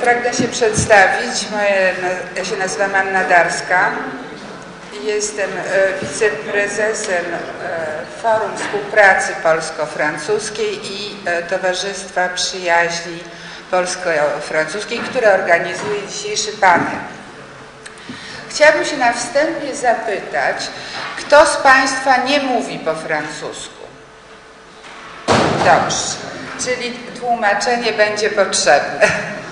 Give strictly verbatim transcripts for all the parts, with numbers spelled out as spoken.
Pragnę się przedstawić. Moje, ja się nazywam Anna Darska. Jestem wiceprezesem Forum Współpracy Polsko-Francuskiej i Towarzystwa Przyjaźni Polsko-Francuskiej, które organizuje dzisiejszy panel. Chciałabym się na wstępie zapytać, kto z Państwa nie mówi po francusku? Dobrze, czyli tłumaczenie będzie potrzebne.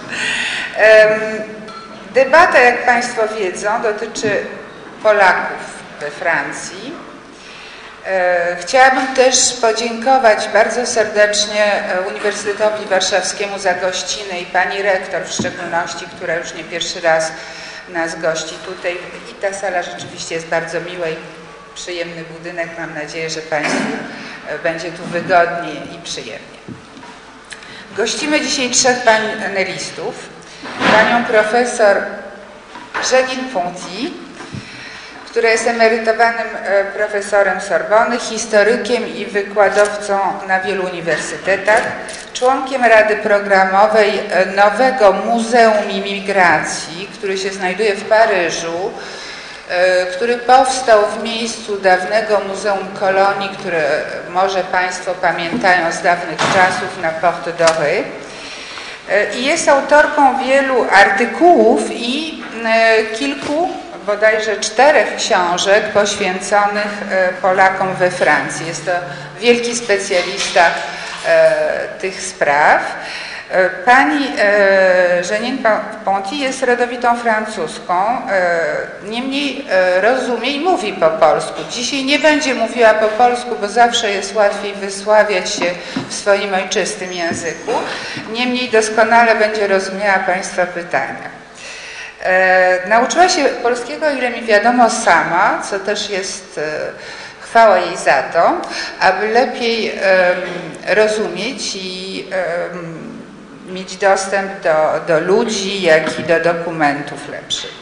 Debata, jak Państwo wiedzą, dotyczy Polaków we Francji. Chciałabym też podziękować bardzo serdecznie Uniwersytetowi Warszawskiemu za gościnę i pani rektor w szczególności, która już nie pierwszy raz nas gości tutaj. I ta sala rzeczywiście jest bardzo miła i przyjemny budynek. Mam nadzieję, że Państwu będzie tu wygodnie i przyjemnie. Gościmy dzisiaj trzech panelistów. Panią profesor Janine Ponty, która jest emerytowanym profesorem Sorbony, historykiem i wykładowcą na wielu uniwersytetach, członkiem Rady Programowej nowego Muzeum Imigracji, który się znajduje w Paryżu, który powstał w miejscu dawnego Muzeum Kolonii, które może Państwo pamiętają z dawnych czasów, na Porte Dorée. I jest autorką wielu artykułów i kilku, bodajże czterech książek poświęconych Polakom we Francji. Jest to wielki specjalista tych spraw. Pani Janine Ponty jest rodowitą Francuską, niemniej rozumie i mówi po polsku. Dzisiaj nie będzie mówiła po polsku, bo zawsze jest łatwiej wysławiać się w swoim ojczystym języku. Niemniej doskonale będzie rozumiała Państwa pytania. Nauczyła się polskiego, ile mi wiadomo, sama, co też jest chwała jej za to, aby lepiej rozumieć i mieć dostęp do, do ludzi, jak i do dokumentów lepszych.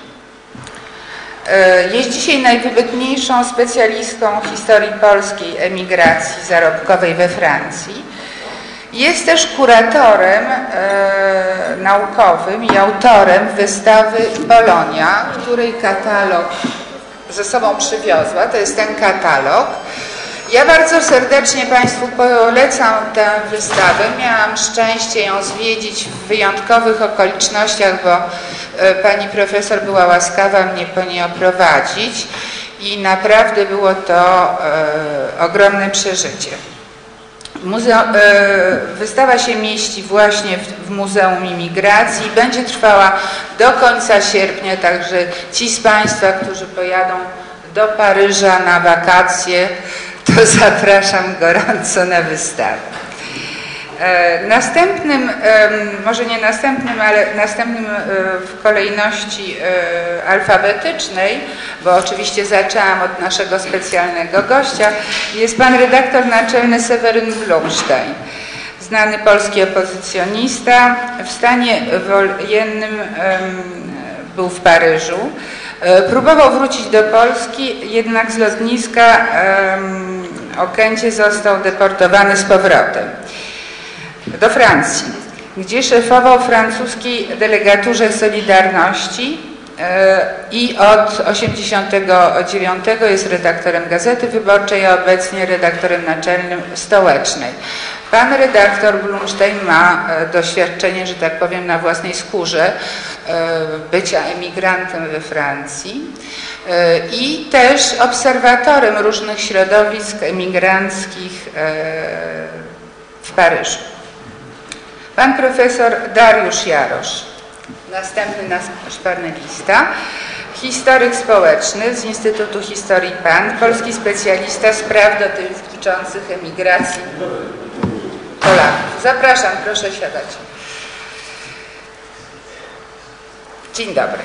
Jest dzisiaj najwybitniejszą specjalistką historii polskiej emigracji zarobkowej we Francji. Jest też kuratorem e, naukowym i autorem wystawy Polonia, której katalog ze sobą przywiozła. To jest ten katalog. Ja bardzo serdecznie Państwu polecam tę wystawę. Miałam szczęście ją zwiedzić w wyjątkowych okolicznościach, bo pani profesor była łaskawa mnie po niej oprowadzić i naprawdę było to e, ogromne przeżycie. Muzeum, e, wystawa się mieści właśnie w, w Muzeum Imigracji i będzie trwała do końca sierpnia, także ci z Państwa, którzy pojadą do Paryża na wakacje, to zapraszam gorąco na wystawę. E, następnym, e, może nie następnym, ale następnym e, w kolejności e, alfabetycznej, bo oczywiście zaczęłam od naszego specjalnego gościa, jest pan redaktor naczelny Seweryn Blumstein, znany polski opozycjonista. W stanie wojennym e, był w Paryżu. Próbował wrócić do Polski, jednak z lotniska um, Okęcie został deportowany z powrotem do Francji, gdzie szefował francuskiej delegaturze Solidarności e, i od osiemdziesiątego dziewiątego jest redaktorem Gazety Wyborczej, a obecnie redaktorem naczelnym Stołecznej. Pan redaktor Blumstein ma doświadczenie, że tak powiem, na własnej skórze bycia emigrantem we Francji i też obserwatorem różnych środowisk emigranckich w Paryżu. Pan profesor Dariusz Jarosz, następny nasz panelista, historyk społeczny z Instytutu Historii P A N, polski specjalista spraw dotyczących emigracji Polaków. Zapraszam, proszę siadać. Dzień dobry.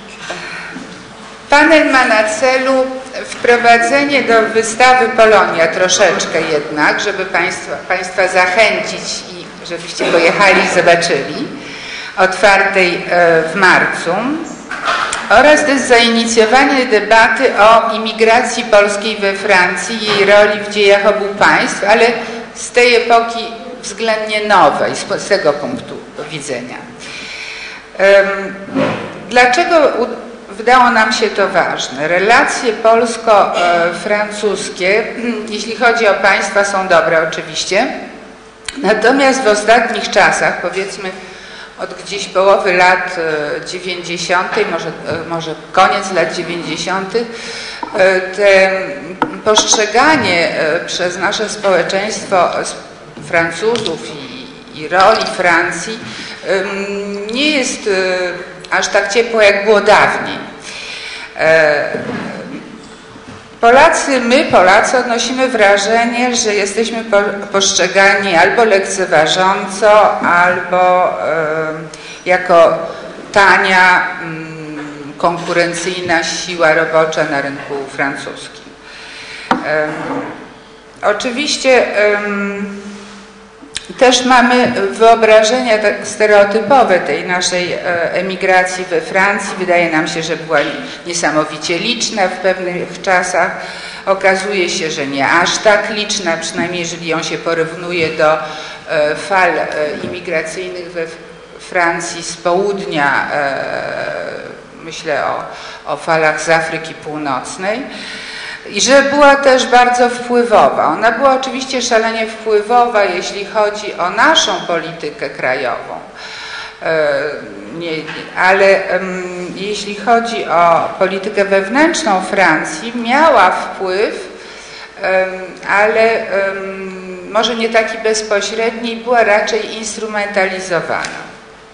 Panel ma na celu wprowadzenie do wystawy Polonia troszeczkę jednak, żeby Państwa, Państwa zachęcić i żebyście pojechali i zobaczyli, otwartej w marcu, oraz też zainicjowanie debaty o imigracji polskiej we Francji, jej roli w dziejach obu państw, ale z tej epoki względnie nowej, z tego punktu widzenia. Dlaczego wydało nam się to ważne? Relacje polsko-francuskie, jeśli chodzi o państwa, są dobre oczywiście, natomiast w ostatnich czasach, powiedzmy od gdzieś połowy lat dziewięćdziesiątych, może, może koniec lat dziewięćdziesiątych, te postrzeganie przez nasze społeczeństwo Francuzów i, i roli Francji nie jest aż tak ciepło, jak było dawniej. Polacy, my Polacy odnosimy wrażenie, że jesteśmy postrzegani albo lekceważąco, albo jako tania, konkurencyjna siła robocza na rynku francuskim. Oczywiście też mamy wyobrażenia stereotypowe tej naszej emigracji we Francji. Wydaje nam się, że była niesamowicie liczna w pewnych czasach. Okazuje się, że nie aż tak liczna, przynajmniej jeżeli ją się porównuje do fal imigracyjnych we Francji z południa. Myślę o, o falach z Afryki Północnej. I że była też bardzo wpływowa. Ona była oczywiście szalenie wpływowa, jeśli chodzi o naszą politykę krajową. Nie, ale um, jeśli chodzi o politykę wewnętrzną Francji, miała wpływ, um, ale um, może nie taki bezpośredni, była raczej instrumentalizowana.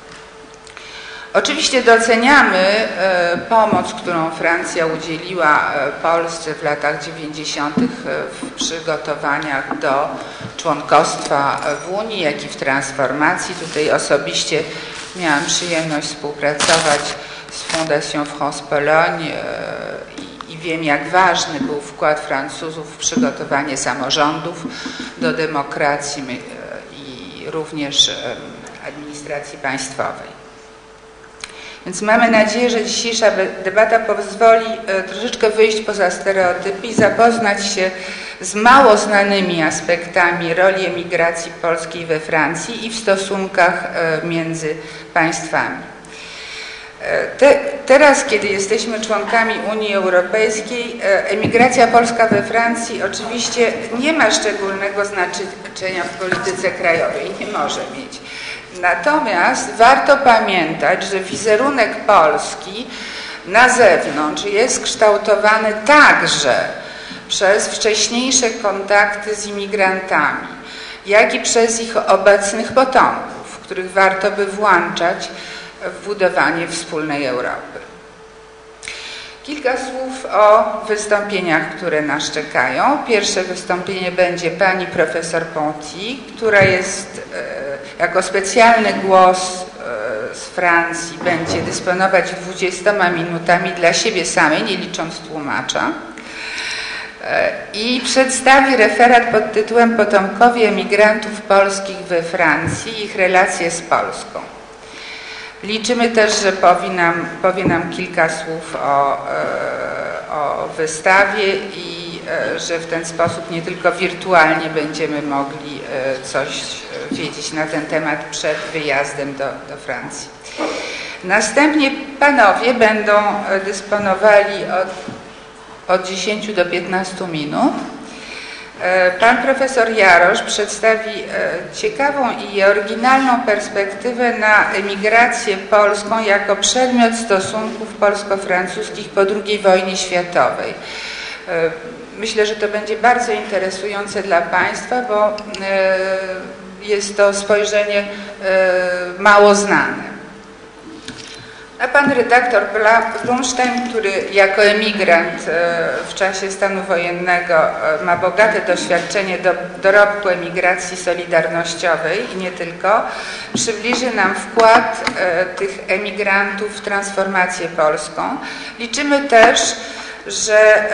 Oczywiście doceniamy e, pomoc, którą Francja udzieliła e, Polsce w latach dziewięćdziesiątych w przygotowaniach do członkostwa w Unii, jak i w transformacji. Tutaj osobiście miałam przyjemność współpracować z Fondation France Pologne e, i, i wiem, jak ważny był wkład Francuzów w przygotowanie samorządów do demokracji e, i również e, administracji państwowej. Więc mamy nadzieję, że dzisiejsza debata pozwoli troszeczkę wyjść poza stereotypy i zapoznać się z mało znanymi aspektami roli emigracji polskiej we Francji i w stosunkach między państwami. Te, teraz, kiedy jesteśmy członkami Unii Europejskiej, emigracja polska we Francji oczywiście nie ma szczególnego znaczenia w polityce krajowej, nie może mieć. Natomiast warto pamiętać, że wizerunek Polski na zewnątrz jest kształtowany także przez wcześniejsze kontakty z imigrantami, jak i przez ich obecnych potomków, których warto by włączać w budowanie wspólnej Europy. Kilka słów o wystąpieniach, które nas czekają. Pierwsze wystąpienie będzie pani profesor Ponty, która jest e, jako specjalny głos e, z Francji, będzie dysponować dwudziestoma minutami dla siebie samej, nie licząc tłumacza. E, I przedstawi referat pod tytułem Potomkowie emigrantów polskich we Francji i ich relacje z Polską. Liczymy też, że powie nam, powie nam kilka słów o, o wystawie i że w ten sposób nie tylko wirtualnie będziemy mogli coś wiedzieć na ten temat przed wyjazdem do, do Francji. Następnie panowie będą dysponowali od, od dziesięciu do piętnastu minut. Pan profesor Jarosz przedstawi ciekawą i oryginalną perspektywę na emigrację polską jako przedmiot stosunków polsko-francuskich po drugiej wojnie światowej. Myślę, że to będzie bardzo interesujące dla Państwa, bo jest to spojrzenie mało znane. A pan redaktor Blumstein, który jako emigrant w czasie stanu wojennego ma bogate doświadczenie do dorobku emigracji solidarnościowej i nie tylko, przybliży nam wkład tych emigrantów w transformację polską. Liczymy też, że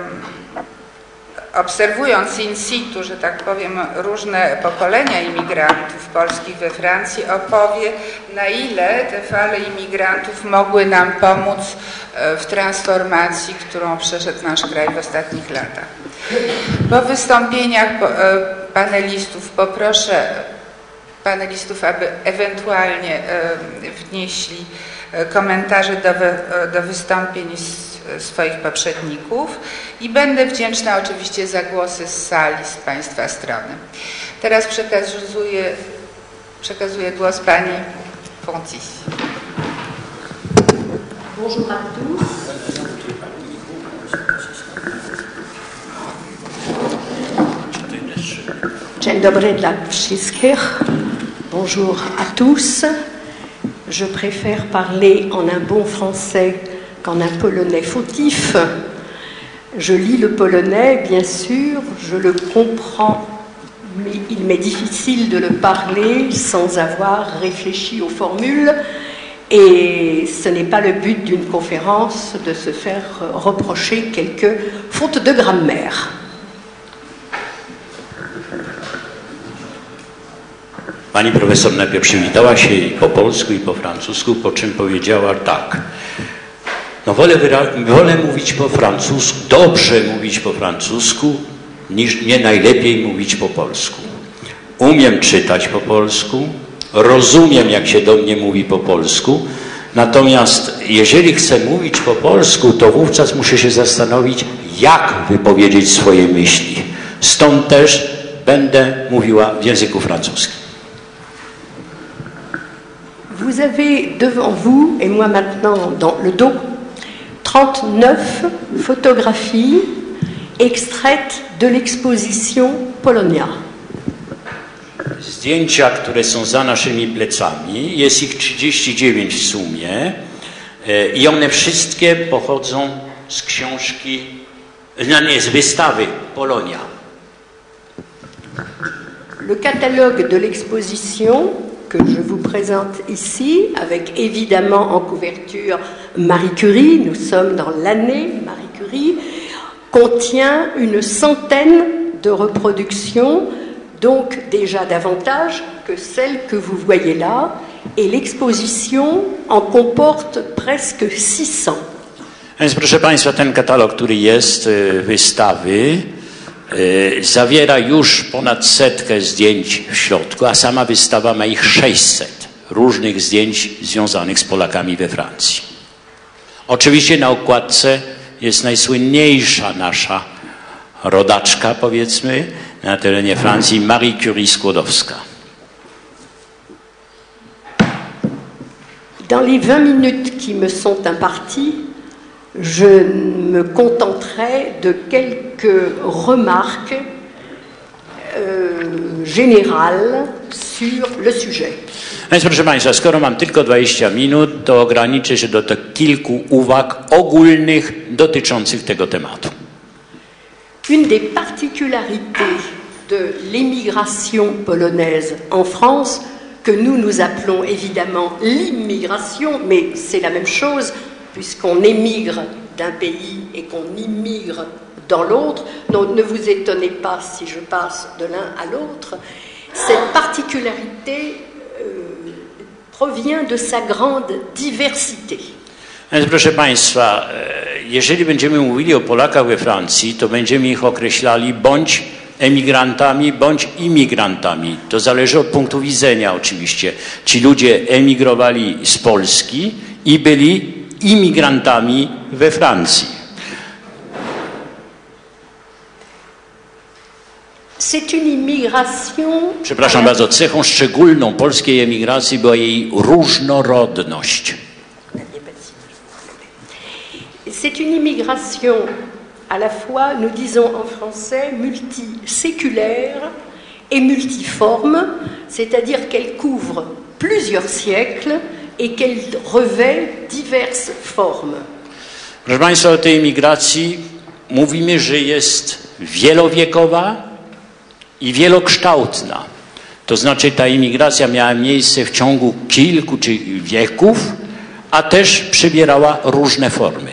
obserwując in situ, że tak powiem, różne pokolenia imigrantów polskich we Francji, opowie, na ile te fale imigrantów mogły nam pomóc w transformacji, którą przeszedł nasz kraj w ostatnich latach. Po wystąpieniach panelistów poproszę panelistów, aby ewentualnie wnieśli komentarze do, wy, do wystąpień z swoich poprzedników i będę wdzięczna oczywiście za głosy z sali, z Państwa strony. Teraz przekazuję, przekazuję głos Pani Fontis. Bonjour à tous. Dzień dobry dla wszystkich. Bonjour à tous. Je préfère parler en un bon français qu'en un polonais fautif. Je lis le polonais, bien sûr, je le comprends, mais il m'est difficile de le parler sans avoir réfléchi aux formules. Et ce n'est pas le but d'une conférence de se faire reprocher quelques fautes de grammaire. Pani profesor najpierw przywitała się i po polsku, i po francusku, po czym powiedziała tak. No wolę, wolę mówić po francusku, dobrze mówić po francusku, niż nie najlepiej mówić po polsku. Umiem czytać po polsku, rozumiem, jak się do mnie mówi po polsku, natomiast jeżeli chcę mówić po polsku, to wówczas muszę się zastanowić, jak wypowiedzieć swoje myśli. Stąd też będę mówiła w języku francuskim. Vous avez devant vous, et moi maintenant dans le dos, trente-neuf photographies extraites de l'exposition Polonia. Zdjęcia, które są za naszymi plecami, jest ich trzydzieści dziewięć w sumie i one wszystkie pochodzą z książki, nie, z wystawy Polonia. Le catalogue de l'exposition que je vous présente ici, avec évidemment en couverture Marie Curie, nous sommes dans l'année Marie Curie, contient une centaine de reproductions, donc déjà davantage que celles que vous voyez là, et l'exposition en comporte presque six cents. Więc proszę Państwa, ten katalog, który jest wystawy, zawiera już ponad setkę zdjęć w środku, a sama wystawa ma ich sześćset różnych zdjęć związanych z Polakami we Francji. Oczywiście na okładce jest najsłynniejsza nasza rodaczka, powiedzmy, na terenie Francji, Marie Curie Skłodowska. Dans les vingt minutes qui me sont imparties, je me contenterai de quelques remarques euh, générales sur le sujet. Więc proszę Państwa, skoro mam tylko dwadzieścia minut, to ograniczę się do tych kilku uwag ogólnych dotyczących tego tematu. Une des particularités de l'émigration polonaise en France, que nous nous appelons évidemment l'immigration, mais c'est la même chose, puisqu'on émigre d'un pays et qu'on immigre dans l'autre, donc ne vous étonnez pas si je passe de l'un à l'autre. Cette particularité euh, provient de sa grande diversité. Więc proszę Państwa, jeżeli będziemy mówili o Polakach we Francji, to będziemy ich określali bądź emigrantami, bądź imigrantami. To zależy od punktu widzenia oczywiście. Ci ludzie emigrowali z Polski i byli imigrantami we Francji. C'est une immigration... Przepraszam bardzo, cechą szczególną polskiej emigracji była jej różnorodność. C'est une immigration à la fois, nous disons en français, multiséculaire et multiforme, c'est-à-dire qu'elle couvre plusieurs siècles et qu'elle revêt diverses formes. Proszę Państwa, o tej emigracji mówimy, że jest wielowiekowa i wielokształtna. To znaczy ta emigracja miała miejsce w ciągu kilku czy wieków, a też przybierała różne formy.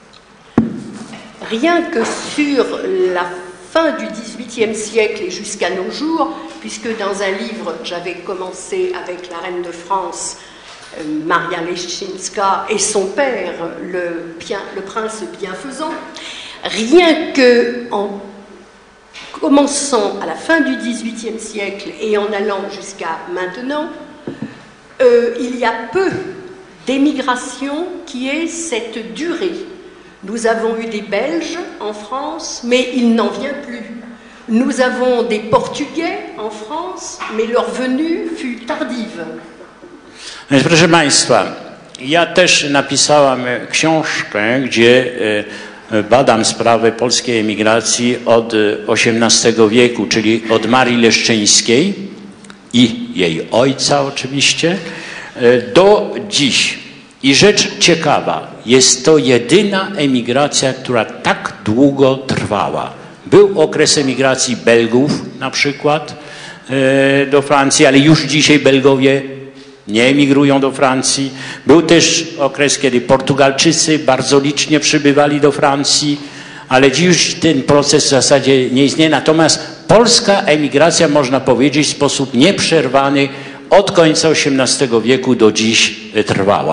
Rien que sur la fin du dix-huitième siècle et jusqu'à nos jours, puisque dans un livre, j'avais commencé avec la reine de France, Maria Leszczyńska, et son père, le, bien, le prince bienfaisant, rien que en commençant à la fin du dix-huitième siècle et en allant jusqu'à maintenant, euh, il y a peu d'émigration qui ait cette durée. Nous avons eu des Belges en France, mais il n'en vient plus. Nous avons des Portugais en France, mais leur venue fut tardive. Więc proszę Państwa, ja też napisałam książkę, gdzie badam sprawę polskiej emigracji od osiemnastego wieku, czyli od Marii Leszczyńskiej i jej ojca oczywiście, do dziś. I rzecz ciekawa, jest to jedyna emigracja, która tak długo trwała. Był okres emigracji Belgów na przykład do Francji, ale już dzisiaj Belgowie nie emigrują do Francji. Był też okres, kiedy Portugalczycy bardzo licznie przybywali do Francji, ale dziś ten proces w zasadzie nie istnieje. Natomiast polska emigracja, można powiedzieć, w sposób nieprzerwany od końca osiemnastego wieku do dziś trwała.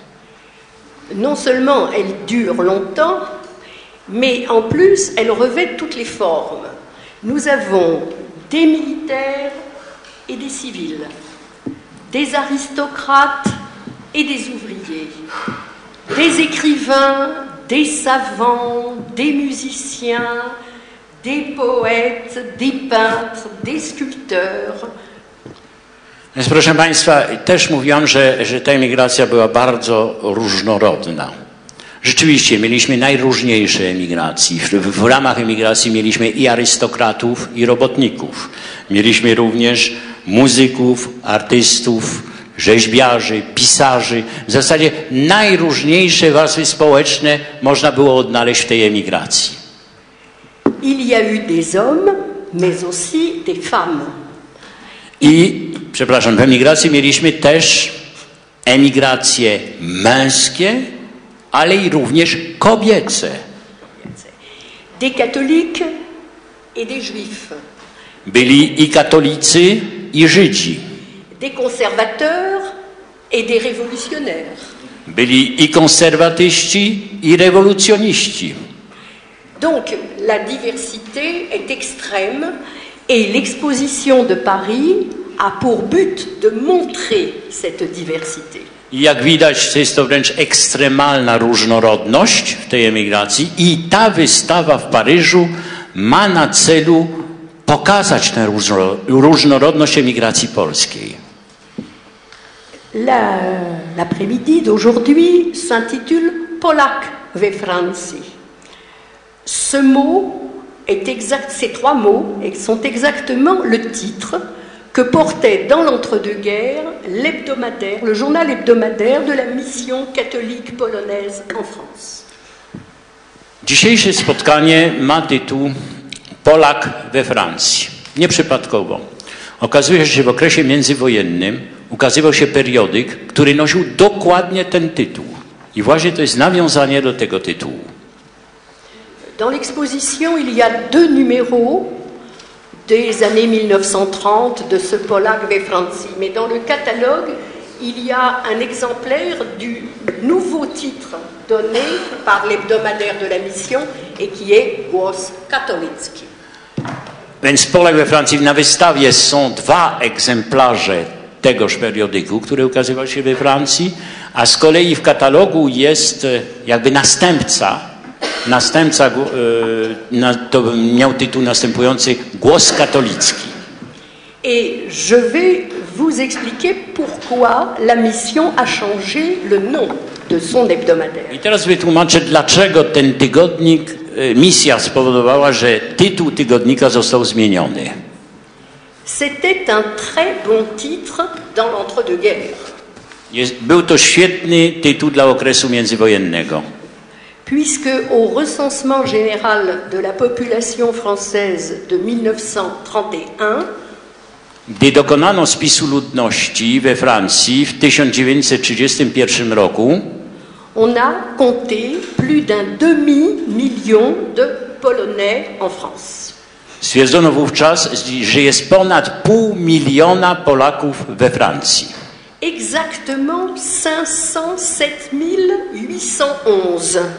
Non seulement elle dure longtemps, mais en plus elle revêt toutes les formes. Nous avons des militaires et des civils, des aristocrates et des ouvriers, des écrivains, des savants, des musiciens, des poètes, des peintres, des sculpteurs. Więc proszę Państwa, też mówiłam, że, że ta emigracja była bardzo różnorodna. Rzeczywiście mieliśmy najróżniejsze emigracje. W, w ramach emigracji mieliśmy i arystokratów, i robotników. Mieliśmy również muzyków, artystów, rzeźbiarzy, pisarzy. W zasadzie najróżniejsze warstwy społeczne można było odnaleźć w tej emigracji. Il y a eu des hommes, mais aussi des femmes. I, przepraszam, w emigracji mieliśmy też emigracje męskie, ale i również kobiece. Des catholiques et des juifs. Byli i katolicy, i Żydzi. Des conservateurs et des révolutionnaires. Byli i konserwatyści, i rewolucjoniści. Donc la diversité est extrême et l'exposition de Paris a pour but de montrer cette diversité. I jak widać, jest to wręcz ekstremalna różnorodność w tej emigracji i ta wystawa w Paryżu ma na celu pokazać tę różnorodność emigracji polskiej. La, l'après-midi d'aujourd'hui s'intitule Polak we Francji. Ce mot est exact, ces trois mots sont exactement le titre que portait dans l'entre-deux-guerres l'hebdomadaire, le journal hebdomadaire de la mission catholique polonaise en France. Dzisiejsze spotkanie ma tytuł Polak we Francji. Nieprzypadkowo. Okazuje się, że w okresie międzywojennym ukazywał się periodyk, który nosił dokładnie ten tytuł. I właśnie to jest nawiązanie do tego tytułu. Dans l'exposition, il y a deux numéros des années mille neuf cent trente de ce Polak we Francji. Mais dans le catalogue, il y a un exemplaire du nouveau titre donné par l'hebdomadaire de la mission et qui est Głos Katolicki. Więc Polak we Francji, na wystawie są dwa egzemplarze tegoż periodyku, który ukazywał się we Francji, a z kolei w katalogu jest jakby następca, następca to miał tytuł następujący Głos Katolicki. Et je vais vous expliquer pourquoi la mission a changé le nom de son hebdomadaire. I teraz wytłumaczę, dlaczego ten tygodnik, misja spowodowała, że tytuł tygodnika został zmieniony. C'était un très bon titre dans l'entre-deux-guerres. Jest, był to świetny tytuł dla okresu międzywojennego. Puisque au recensement général de la population française de mille neuf cent trente et un, gdy dokonano spisu ludności we Francji w tysiąc dziewięćset trzydziestym pierwszym roku, on a compté plus d'un demi-million de Polonais en France. Stwierdzono wówczas, że jest ponad pół miliona Polaków we Francji. Exactement cinq cent sept mille huit cent onze.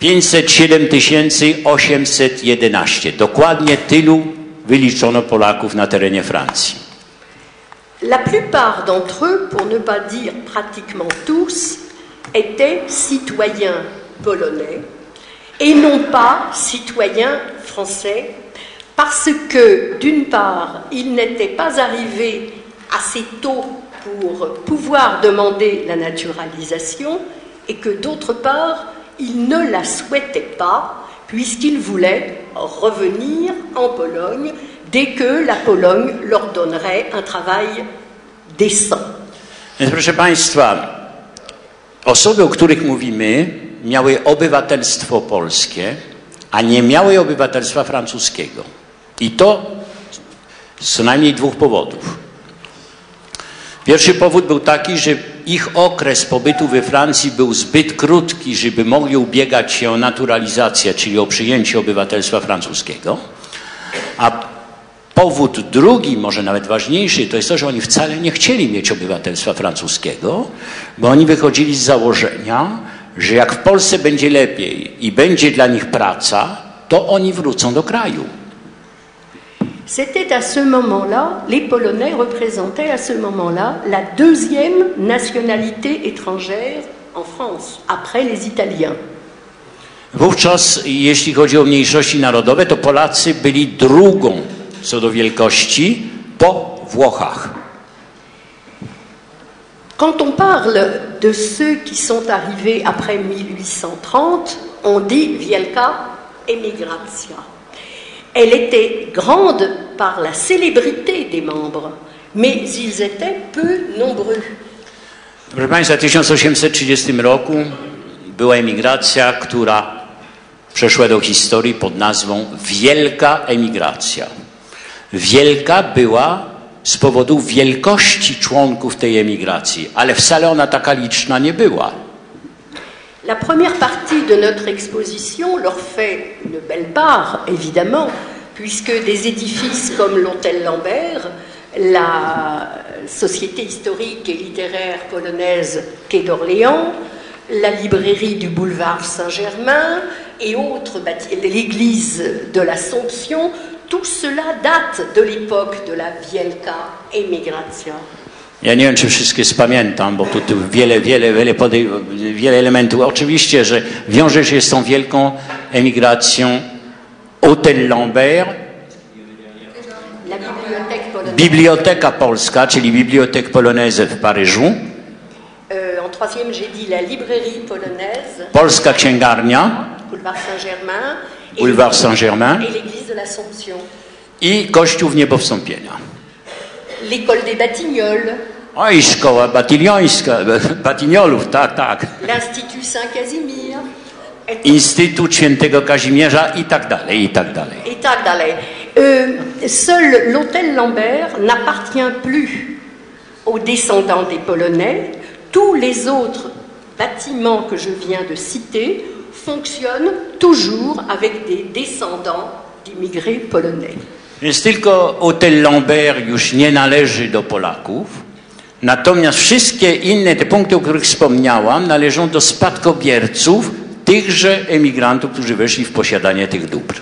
pięćset siedem tysięcy osiemset jedenaście. Dokładnie tylu wyliczono Polaków na terenie Francji. La plupart d'entre eux, pour ne pas dire pratiquement tous, étaient citoyens polonais et non pas citoyens français, parce que, d'une part, ils n'étaient pas arrivés assez tôt pour pouvoir demander la naturalisation, et que, d'autre part, ils ne la souhaitaient pas, puisqu'ils voulaient revenir en Pologne dès que la Pologne leur donnerait un travail décent. Więc proszę Państwa, osoby, o których mówimy, miały obywatelstwo polskie, a nie miały obywatelstwa francuskiego. I to z co najmniej dwóch powodów. Pierwszy powód był taki, że ich okres pobytu we Francji był zbyt krótki, żeby mogli ubiegać się o naturalizację, czyli o przyjęcie obywatelstwa francuskiego. A powód drugi, może nawet ważniejszy, to jest to, że oni wcale nie chcieli mieć obywatelstwa francuskiego, bo oni wychodzili z założenia, że jak w Polsce będzie lepiej i będzie dla nich praca, to oni wrócą do kraju. C'était à ce moment-là, les Polonais représentaient à ce moment-là la deuxième nationalité étrangère en France, après les Italiens. Wówczas, jeśli chodzi o mniejszości narodowe, to Polacy byli drugą co do wielkości po Włochach. Quand on parle de ceux qui sont arrivés après mille huit cent trente, on dit Wielka Emigracja. Elle était grande par la célébrité des membres, mais ils étaient peu nombreux. Proszę Państwa, w tysiąc osiemset trzydziestym roku była emigracja, która przeszła do historii pod nazwą Wielka Emigracja. Wielka była z powodu wielkości członków tej emigracji, ale wcale ona taka liczna nie była. La première partie de notre exposition leur fait une belle part, évidemment, puisque des édifices comme l'Hôtel Lambert, la Société historique et littéraire polonaise Quai d'Orléans, la librairie du boulevard Saint-Germain et autres bâtiments, l'église de l'Assomption, tout cela date de l'époque de la Wielka Emigracja. Ja nie wiem, czy wszystkie spamiętam, bo tu, tu wiele, wiele, wiele, podej- wiele elementów. Oczywiście, że wiąże się z tą wielką emigracją Hôtel Lambert, La bibliothèque polonaise. Biblioteka Polska, czyli Bibliothèque Polonaise w Paryżu, Euh, en troisième, j'ai dit la librairie polonaise, Polska Księgarnia, boulevard Saint-Germain, et Boulevard Saint-Germain et l'église de l'Assomption. i Kościół w Niebowstąpienia. L'école des Batignolles, O i szkoła batyliońska, Batignolów, tak, tak. l'Institut Saint-Casimir, et, Instytut Świętego Kazimierza i tak dalej, i tak dalej. et tak dalej. Euh, seul l'hôtel Lambert n'appartient plus aux descendants des Polonais. Tous les autres bâtiments que je viens de citer fonctionnent toujours avec des descendants d'immigrés polonais. Więc tylko Hôtel Lambert już nie należy do Polaków, natomiast wszystkie inne te punkty, o których wspomniałam, należą do spadkobierców tychże emigrantów, którzy weszli w posiadanie tych dóbr.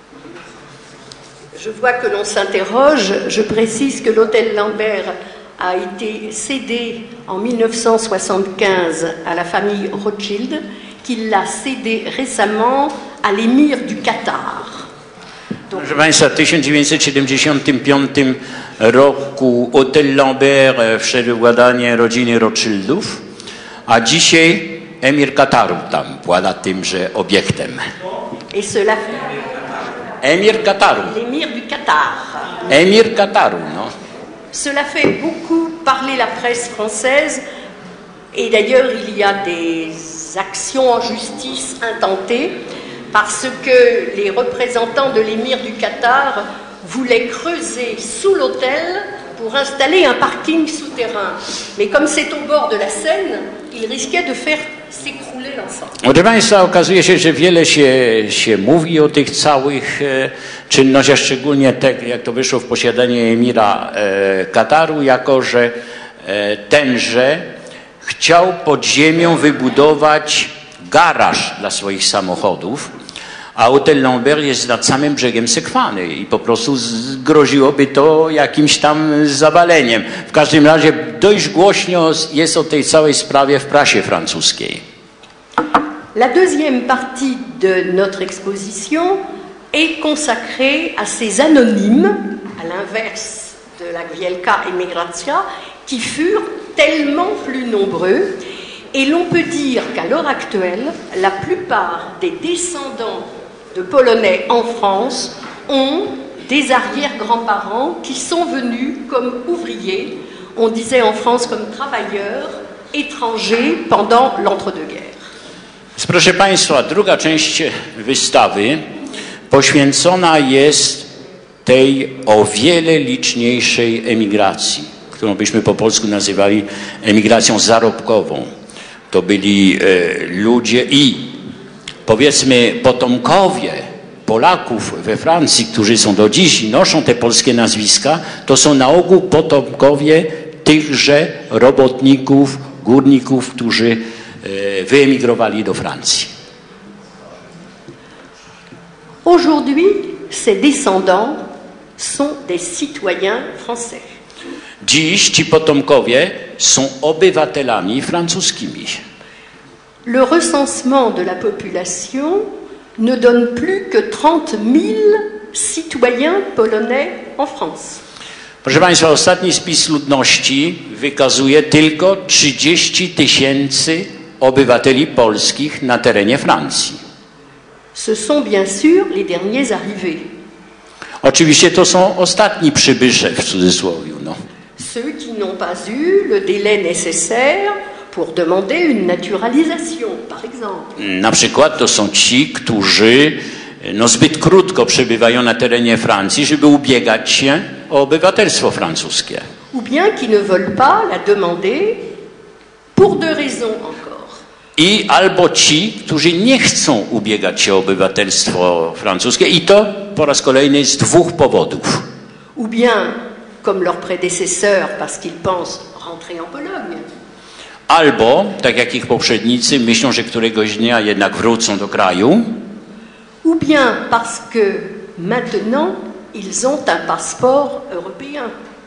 Je vois que l'on s'interroge. Je précise que l'hôtel Lambert a été cédé en mille neuf cent soixante-quinze à la famille Rothschild, qui l'a cédé récemment à l'émir du Qatar. Proszę Państwa, w tysiąc dziewięćset siedemdziesiątym piątym roku Hôtel Lambert wszedł w władanie rodziny Rothschildów, a dzisiaj emir Kataru tam włada tymże obiektem. Et cela, Emir Kataru. l'émir du Qatar. Emir Kataru, no. Cela fait beaucoup parler la presse française, et d'ailleurs il y a des actions en justice intentées, parce que les représentants de l'émir du Qatar voulaient creuser sous l'hôtel pour installer un parking souterrain. Mais comme c'est au bord de la Seine, ils risquaient de faire s'écrouler l'ensemble. Proszę Państwa, okazuje się, że wiele się, się mówi o tych całych e, czynnościach, szczególnie tak, jak to wyszło w posiadanie emira e, Kataru, jako że e, tenże chciał pod ziemią wybudować garaż dla swoich samochodów, a hotel Lambert jest nad samym brzegiem Sekwany i po prostu groziłoby to jakimś tam zawaleniem. W każdym razie dość głośno jest o tej całej sprawie w prasie francuskiej. La deuxième partie de notre exposition est consacrée à ces anonymes, à l'inverse de la Wielka Emigracja, qui furent tellement plus nombreux. Et l'on peut dire qu'à l'heure actuelle, la plupart des descendants de Polonais en France ont des arrière-grands-parents qui sont venus comme ouvriers, on disait en France comme travailleurs, étrangers pendant l'entre-deux-guerres. Proszę Państwa, druga część wystawy poświęcona jest tej o wiele liczniejszej emigracji, którą byśmy po polsku nazywali emigracją zarobkową. To byli e, ludzie i powiedzmy potomkowie Polaków we Francji, którzy są do dziś i noszą te polskie nazwiska, to są na ogół potomkowie tychże robotników, górników, którzy e, wyemigrowali do Francji. Aujourd'hui, ces descendants sont des citoyens français. Dziś ci potomkowie są obywatelami francuskimi. Le recensement de la population ne donne plus que trente mille citoyens polonais en France. Proszę Państwa, ostatni spis ludności wykazuje tylko trzydzieści tysięcy obywateli polskich na terenie Francji. Ce sont bien sûr les derniers arrivés. Oczywiście to są ostatni przybysze w cudzysłowie. No. Ceux qui n'ont pas eu le délai nécessaire pour demander une naturalisation, par exemple. Na przykład to są ci, którzy no, zbyt krótko przebywają na terenie Francji, żeby ubiegać się o obywatelstwo francuskie. Ou bien qui ne veulent pas la demander pour deux raisons encore. I albo ci, którzy nie chcą ubiegać się o obywatelstwo francuskie i to po raz kolejny z dwóch powodów. Ou bien, comme leurs prédécesseurs, parce qu'ils pensent rentrer en Pologne. Albo, tak jak ich poprzednicy, myślą, że któregoś dnia jednak wrócą do kraju. Ou bien parce que maintenant, ils ont un passeport européen.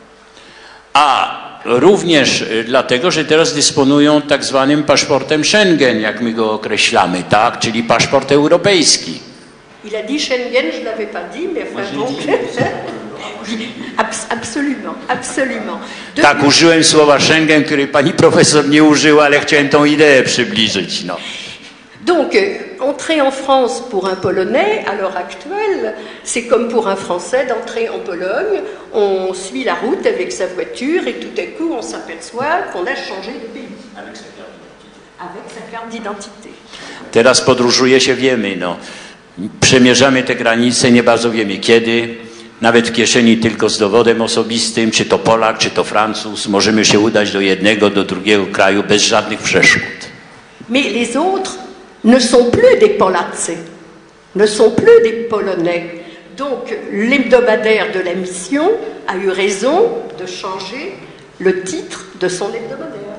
A również dlatego, że teraz dysponują tak zwanym paszportem Schengen, jak my go określamy, tak? Czyli paszport europejski. Il a dit Schengen, je ne l'avais pas dit, mais enfin bon. Absolument, absolument. De... Tak, użyłem słowa Schengen, której pani profesor nie użyła, ale chciałem tą ideę przybliżyć. No. Donc, entrer en France pour un Polonais, à l'heure actuelle, c'est comme pour un Français d'entrer en Pologne. On suit la route avec sa voiture et tout à coup, on s'aperçoit qu'on a changé de pays. Avec sa carte d'identité. Avec sa carte d'identité. Teraz podróżuje się, wiemy, no. Przemierzamy te granice, nie bardzo wiemy kiedy. Nawet w kieszeni tylko z dowodem osobistym, czy to Polak, czy to Francuz. Możemy się udać do jednego, do drugiego kraju bez żadnych przeszkód. Mais les autres ne sont plus des Polacy, ne sont plus des Polonais. Donc l'hebdomadaire de la mission a eu raison de changer le titre de son hebdomadaire.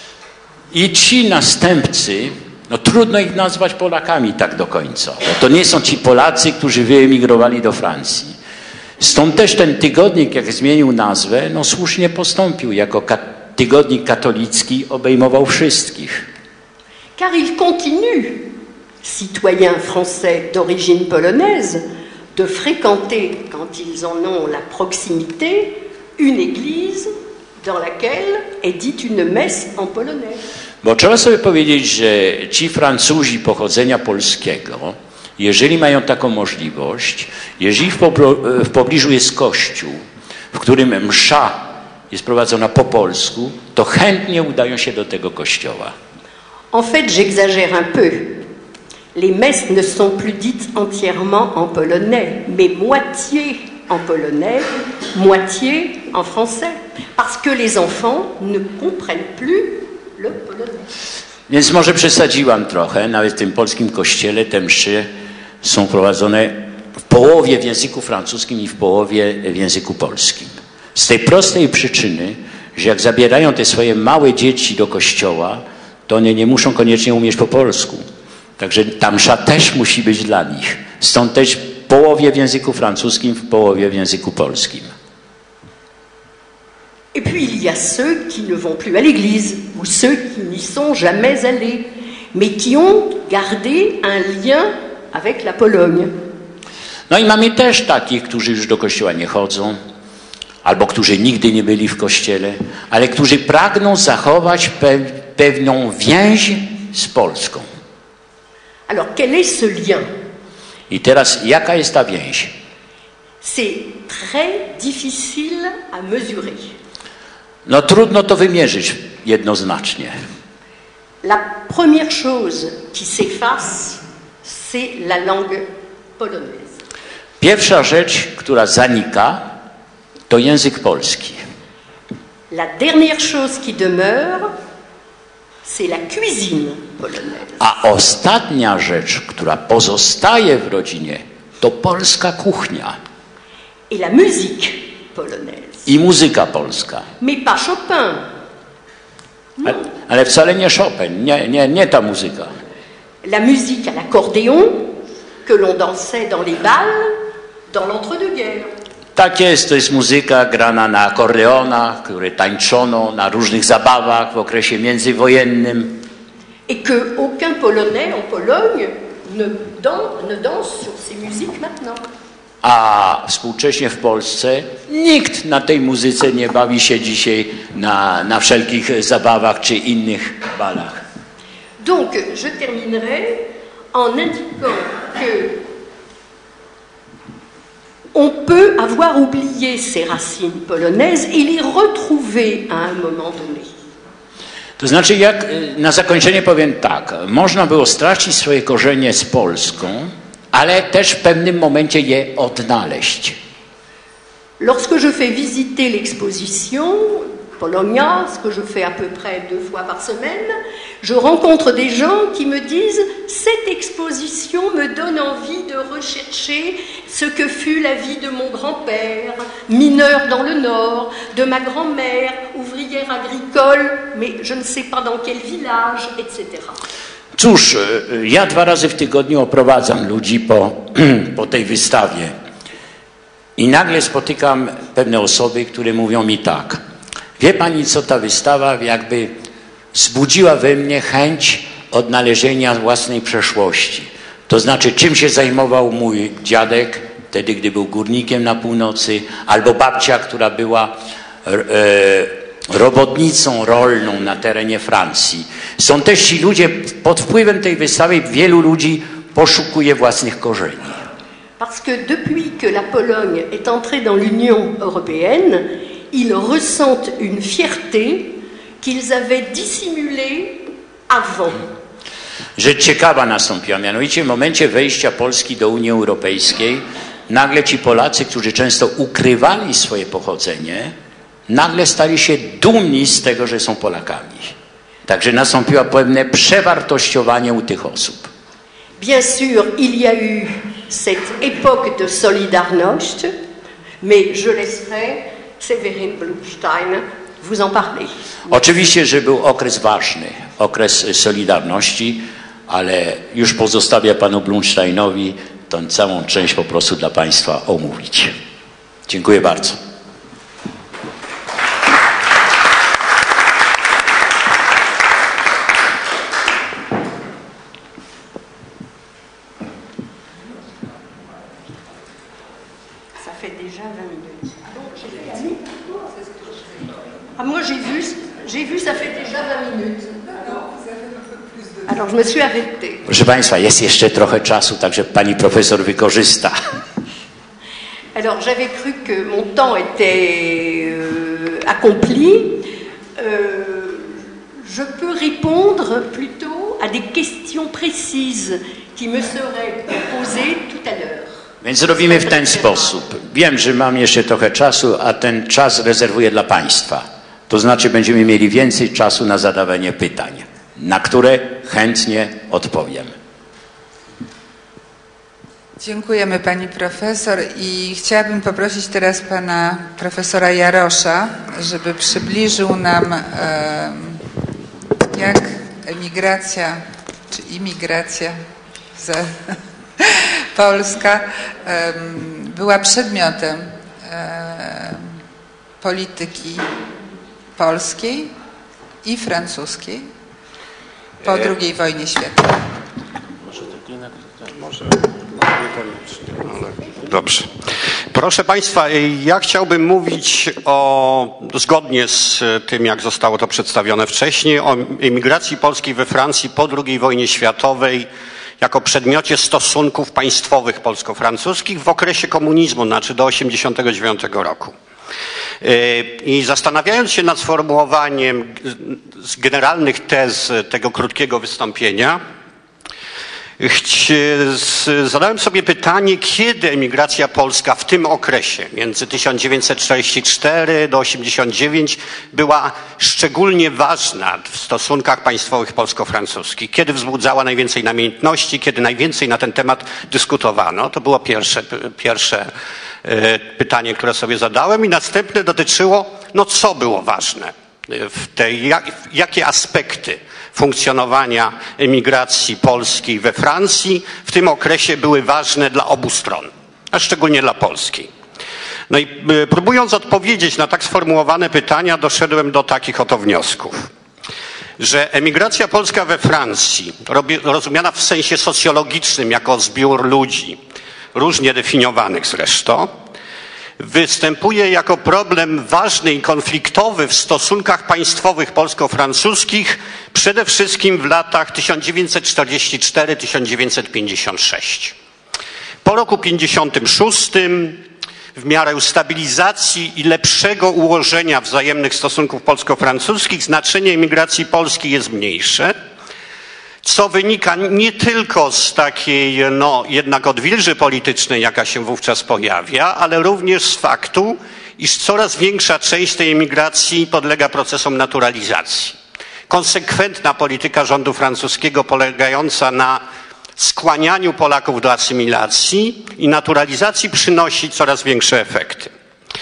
I ci następcy, no trudno ich nazwać Polakami tak do końca. Bo to nie są ci Polacy, którzy wyemigrowali do Francji. Stąd też ten tygodnik, jak zmienił nazwę, no słusznie postąpił. Jako ka tygodnik katolicki obejmował wszystkich. Car il continue, citoyens français d'origine polonaise, de fréquenter, quand ils en ont la proximité, une église dans laquelle est dite une messe en polonais. Bo trzeba sobie powiedzieć, że ci Francuzi pochodzenia polskiego, jeżeli mają taką możliwość, jeżeli w, w pobliżu jest kościół, w którym msza jest prowadzona po polsku, to chętnie udają się do tego kościoła. En fait, j'exagère un peu. Les messes ne sont plus dites entièrement en polonais, mais moitié en polonais, moitié en français, parce que les enfants ne comprennent plus le polonais. Więc może przesadziłam trochę, nawet w tym polskim kościele te msze są prowadzone w połowie w języku francuskim i w połowie w języku polskim. Z tej prostej przyczyny, że jak zabierają te swoje małe dzieci do kościoła, to one nie muszą koniecznie umieć po polsku. Także ta msza też musi być dla nich. Stąd też w połowie w języku francuskim, w połowie w języku polskim. Et puis il y a ceux qui ne vont plus à l'église, ou ceux qui n'y sont jamais allés, mais qui ont gardé un lien avec la Pologne. No i mamy też takich, którzy już do kościoła nie chodzą, albo którzy nigdy nie byli w kościele, ale którzy pragną zachować pe pewną więź z Polską. Alors quel est ce lien? I teraz jaka jest ta więź? C'est très difficile à mesurer. No trudno to wymierzyć jednoznacznie. La première chose qui s'efface, c'est la langue polonaise. Pierwsza rzecz, która zanika, to język polski. La dernière chose qui demeure, c'est la cuisine polonaise. A ostatnia rzecz, która pozostaje w rodzinie, to polska kuchnia Et la musique polonaise. i muzyka polska. Mais pas Chopin. Ale, ale wcale nie Chopin, nie, nie, nie ta muzyka. La musique à l'accordéon que l'on dansait dans les bals dans l'entre-deux-guerres. Tak jest, to jest muzyka grana na akordeonach, które tańczono na różnych zabawach w okresie międzywojennym. Et que aucun Polonais en Pologne ne, dan ne danse sur ces musiques maintenant. A współcześnie w Polsce nikt na tej muzyce nie bawi się dzisiaj na, na wszelkich zabawach czy innych balach. Donc, je terminerai en indiquant que on peut avoir oublié ces racines polonaises et les retrouver à un moment donné. To znaczy, jak na zakończenie powiem tak, można było stracić swoje korzenie z Polską, ale też w pewnym momencie je odnaleźć. Lorsque je fais visiter l'exposition Polonia, ce que je fais à peu près deux fois par semaine, je rencontre des gens qui me disent « Cette exposition me donne envie de rechercher ce que fut la vie de mon grand-père, mineur dans le Nord, de ma grand-mère, ouvrière agricole, mais je ne sais pas dans quel village, et cetera » Cóż, ja dwa razy w tygodniu oprowadzam ludzi po, po tej wystawie i nagle spotykam pewne osoby, które mówią mi tak: wie pani, co ta wystawa jakby wzbudziła we mnie chęć odnalezienia własnej przeszłości. To znaczy, czym się zajmował mój dziadek wtedy, gdy był górnikiem na północy, albo babcia, która była e, robotnicą rolną na terenie Francji. Są też ci ludzie, pod wpływem tej wystawy wielu ludzi poszukuje własnych korzeni. Parce que depuis que la Pologne est entrée dans l'Union européenne, ils ressentent une fierté qu'ils avaient dissimulée avant. Rzecz ciekawa nastąpiła, mianowicie w momencie wejścia Polski do Unii Europejskiej nagle ci Polacy, którzy często ukrywali swoje pochodzenie, nagle stali się dumni z tego, że są Polakami. Także nastąpiło pewne przewartościowanie u tych osób. Bien sûr, il y a eu cette époque de Solidarność, mais je laisserai Seweryn Blumstein vous en parler. Oczywiście, że był okres ważny, okres Solidarności, ale już pozostawię panu Blumsteinowi tę całą część po prostu dla państwa omówić. Dziękuję bardzo. Ah, moi j'ai vu, j'ai vu, ça fait déjà vingt minutes. Alors je me suis arrêtée. Proszę państwa, jest jeszcze trochę czasu, także pani profesor wykorzysta. Alors j'avais cru que mon temps était euh, accompli. Euh, je peux répondre plutôt à des questions précises qui me seraient posées tout à l'heure. Więc robimy w ten sposób. Wiem, że mam jeszcze trochę czasu, a ten czas rezerwuję dla państwa. To znaczy będziemy mieli więcej czasu na zadawanie pytań, na które chętnie odpowiem. Dziękujemy pani profesor i chciałabym poprosić teraz pana profesora Jarosza, żeby przybliżył nam, jak emigracja czy imigracja z Polska była przedmiotem polityki polskiej i francuskiej po drugiej wojnie światowej. Może dobrze. Proszę Państwa, ja chciałbym mówić o, zgodnie z tym, jak zostało to przedstawione wcześniej, o emigracji polskiej we Francji po drugiej wojnie światowej jako przedmiocie stosunków państwowych polsko-francuskich w okresie komunizmu, znaczy do osiemdziesiątego dziewiątego roku. I zastanawiając się nad sformułowaniem z generalnych tez tego krótkiego wystąpienia, zadałem sobie pytanie, kiedy emigracja polska w tym okresie, między tysiąc dziewięćset czterdzieści cztery do osiemdziesiąt dziewięć, była szczególnie ważna w stosunkach państwowych polsko-francuskich, kiedy wzbudzała najwięcej namiętności, kiedy najwięcej na ten temat dyskutowano. To było pierwsze, pierwsze pytanie, które sobie zadałem, i następne dotyczyło, no co było ważne w tej, jak, jakie aspekty funkcjonowania emigracji polskiej we Francji w tym okresie były ważne dla obu stron, a szczególnie dla Polski. No i próbując odpowiedzieć na tak sformułowane pytania, doszedłem do takich oto wniosków, że emigracja polska we Francji, rozumiana w sensie socjologicznym jako zbiór ludzi, różnie definiowanych zresztą, występuje jako problem ważny i konfliktowy w stosunkach państwowych polsko-francuskich przede wszystkim w latach tysiąc dziewięćset czterdzieści cztery do tysiąc dziewięćset pięćdziesiąt sześć. Po roku pięćdziesiątym szóstym w miarę stabilizacji i lepszego ułożenia wzajemnych stosunków polsko-francuskich znaczenie emigracji polskiej jest mniejsze, co wynika nie tylko z takiej, no, jednak odwilży politycznej, jaka się wówczas pojawia, ale również z faktu, iż coraz większa część tej emigracji podlega procesom naturalizacji. Konsekwentna polityka rządu francuskiego polegająca na skłanianiu Polaków do asymilacji i naturalizacji przynosi coraz większe efekty.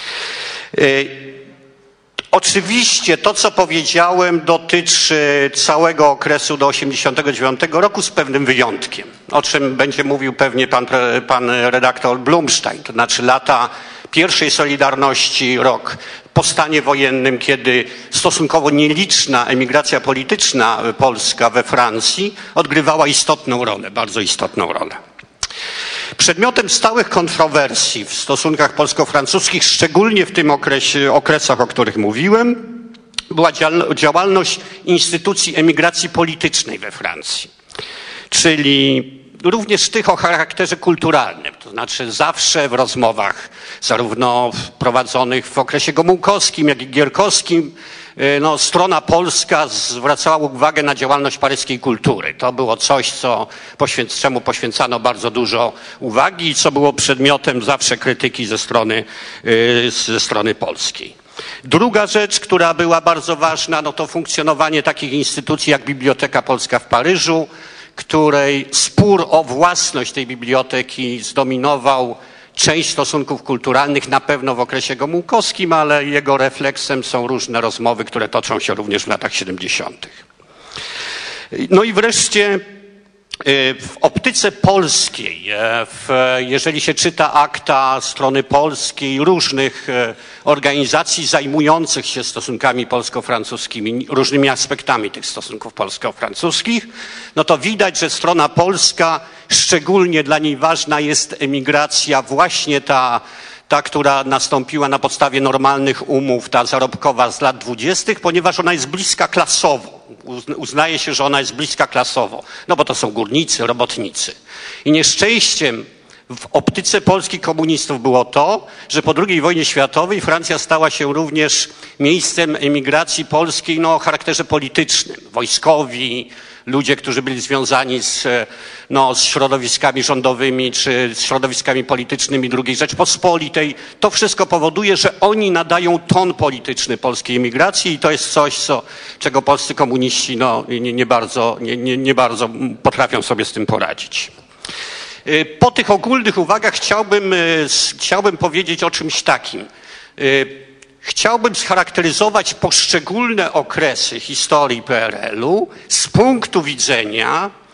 Oczywiście to, co powiedziałem, dotyczy całego okresu do osiemdziesiątego dziewiątego roku z pewnym wyjątkiem, o czym będzie mówił pewnie pan, pan redaktor Blumstein, to znaczy lata pierwszej Solidarności, rok po stanie wojennym, kiedy stosunkowo nieliczna emigracja polityczna polska we Francji odgrywała istotną rolę, bardzo istotną rolę. Przedmiotem stałych kontrowersji w stosunkach polsko-francuskich, szczególnie w tym okresie, okresach, o których mówiłem, była działalność instytucji emigracji politycznej we Francji, czyli również tych o charakterze kulturalnym, to znaczy zawsze w rozmowach zarówno prowadzonych w okresie gomułkowskim, jak i gierkowskim, no, strona polska zwracała uwagę na działalność paryskiej kultury. To było coś, co poświęc, czemu poświęcano bardzo dużo uwagi i co było przedmiotem zawsze krytyki ze strony, yy, ze strony polskiej. Druga rzecz, która była bardzo ważna, no to funkcjonowanie takich instytucji jak Biblioteka Polska w Paryżu, której spór o własność tej biblioteki zdominował część stosunków kulturalnych, na pewno w okresie gomułkowskim, ale jego refleksem są różne rozmowy, które toczą się również w latach siedemdziesiątych. No i wreszcie w optyce polskiej, w, jeżeli się czyta akta strony polskiej, różnych organizacji zajmujących się stosunkami polsko-francuskimi, różnymi aspektami tych stosunków polsko-francuskich, no to widać, że strona polska, szczególnie dla niej ważna jest emigracja właśnie ta, ta, która nastąpiła na podstawie normalnych umów, ta zarobkowa z lat dwudziestych, ponieważ ona jest bliska klasowo. Uznaje się, że ona jest bliska klasowo, no bo to są górnicy, robotnicy. I nieszczęściem w optyce polskich komunistów było to, że po drugiej wojnie światowej Francja stała się również miejscem emigracji polskiej, no, o charakterze politycznym. Wojskowi, ludzie, którzy byli związani z, no, z środowiskami rządowymi czy z środowiskami politycznymi drugiej Rzeczpospolitej. To wszystko powoduje, że oni nadają ton polityczny polskiej emigracji i to jest coś, co, czego polscy komuniści no, nie, nie, bardzo, nie, nie, nie bardzo potrafią sobie z tym poradzić. Po tych ogólnych uwagach chciałbym, chciałbym powiedzieć o czymś takim. Chciałbym scharakteryzować poszczególne okresy historii P R L u z punktu widzenia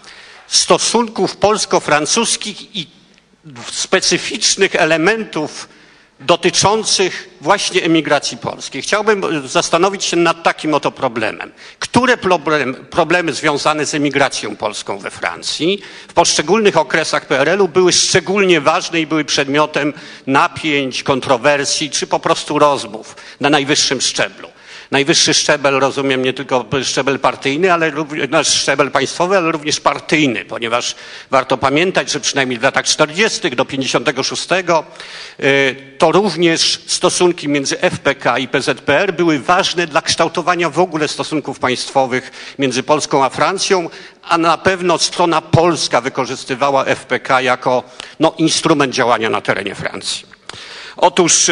stosunków polsko-francuskich i specyficznych elementów dotyczących właśnie emigracji polskiej. Chciałbym zastanowić się nad takim oto problemem. Które problem, problemy związane z emigracją polską we Francji w poszczególnych okresach P R L u były szczególnie ważne i były przedmiotem napięć, kontrowersji czy po prostu rozmów na najwyższym szczeblu? Najwyższy szczebel, rozumiem, nie tylko szczebel partyjny, ale również szczebel państwowy, ale również partyjny, ponieważ warto pamiętać, że przynajmniej w latach czterdziestych do pięćdziesiątego szóstego to również stosunki między F P K i P Z P R były ważne dla kształtowania w ogóle stosunków państwowych między Polską a Francją, a na pewno strona polska wykorzystywała F P K jako no, instrument działania na terenie Francji. Otóż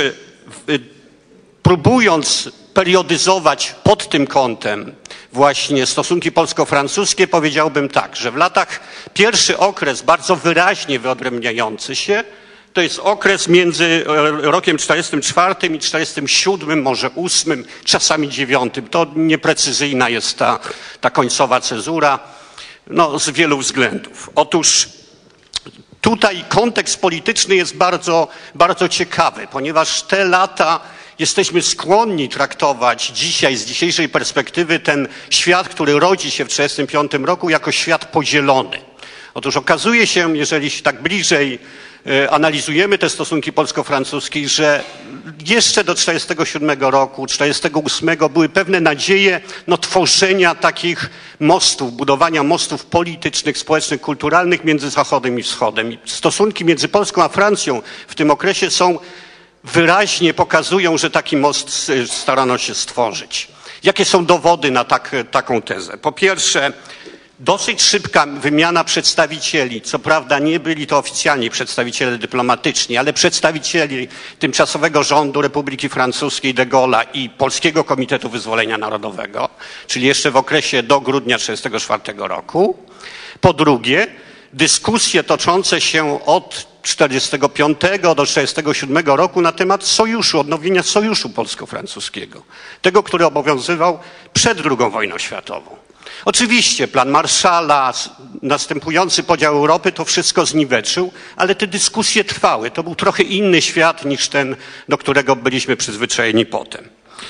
próbując periodyzować pod tym kątem właśnie stosunki polsko-francuskie, powiedziałbym tak, że w latach, pierwszy okres bardzo wyraźnie wyodrębniający się, to jest okres między rokiem czterdziestym czwartym i czterdziestym siódmym, może ósmym, czasami dziewiątym. To nieprecyzyjna jest ta, ta końcowa cezura, no, z wielu względów. Otóż tutaj kontekst polityczny jest bardzo, bardzo ciekawy, ponieważ te lata jesteśmy skłonni traktować dzisiaj, z dzisiejszej perspektywy, ten świat, który rodzi się w tysiąc dziewięćset trzydziestym piątym roku, jako świat podzielony. Otóż okazuje się, jeżeli się tak bliżej analizujemy te stosunki polsko-francuskie, że jeszcze do czterdziestego siódmego roku, czterdziestego ósmego były pewne nadzieje no, tworzenia takich mostów, budowania mostów politycznych, społecznych, kulturalnych między Zachodem i Wschodem. I stosunki między Polską a Francją w tym okresie są wyraźnie pokazują, że taki most starano się stworzyć. Jakie są dowody na tak, taką tezę? Po pierwsze, dosyć szybka wymiana przedstawicieli, co prawda nie byli to oficjalni przedstawiciele dyplomatyczni, ale przedstawicieli tymczasowego rządu Republiki Francuskiej de Gaulle'a i Polskiego Komitetu Wyzwolenia Narodowego, czyli jeszcze w okresie do grudnia tysiąc dziewięćset trzydziestego czwartego roku. Po drugie, dyskusje toczące się od tysiąc dziewięćset czterdziestego piątego do tysiąc dziewięćset czterdziestego siódmego roku na temat sojuszu, odnowienia sojuszu polsko-francuskiego, tego, który obowiązywał przed drugą wojną światową. Oczywiście plan Marshalla, następujący podział Europy to wszystko zniweczył, ale te dyskusje trwały. To był trochę inny świat niż ten, do którego byliśmy przyzwyczajeni potem.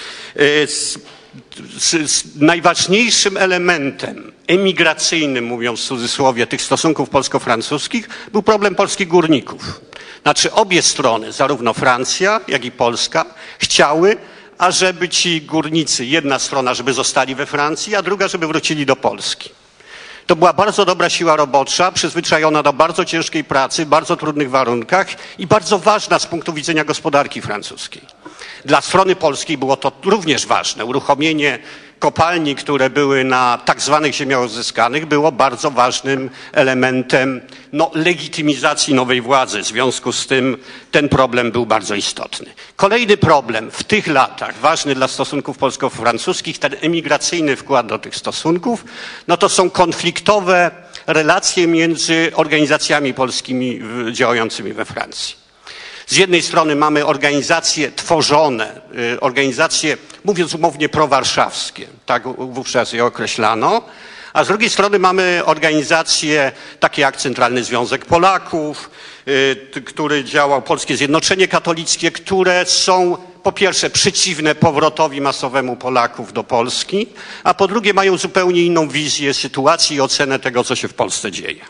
Z, z najważniejszym elementem emigracyjnym, mówiąc w cudzysłowie, tych stosunków polsko-francuskich był problem polskich górników. Znaczy obie strony, zarówno Francja, jak i Polska, chciały, ażeby ci górnicy, jedna strona, żeby zostali we Francji, a druga, żeby wrócili do Polski. To była bardzo dobra siła robocza, przyzwyczajona do bardzo ciężkiej pracy, w bardzo trudnych warunkach i bardzo ważna z punktu widzenia gospodarki francuskiej. Dla strony polskiej było to również ważne. Uruchomienie kopalni, które były na tak zwanych ziemiach odzyskanych, było bardzo ważnym elementem no, legitymizacji nowej władzy. W związku z tym ten problem był bardzo istotny. Kolejny problem w tych latach, ważny dla stosunków polsko-francuskich, ten emigracyjny wkład do tych stosunków, no to są konfliktowe relacje między organizacjami polskimi działającymi we Francji. Z jednej strony mamy organizacje tworzone, organizacje, mówiąc umownie, prowarszawskie, tak wówczas je określano, a z drugiej strony mamy organizacje takie jak Centralny Związek Polaków, który działał, Polskie Zjednoczenie Katolickie, które są po pierwsze przeciwne powrotowi masowemu Polaków do Polski, a po drugie mają zupełnie inną wizję sytuacji i ocenę tego, co się w Polsce dzieje.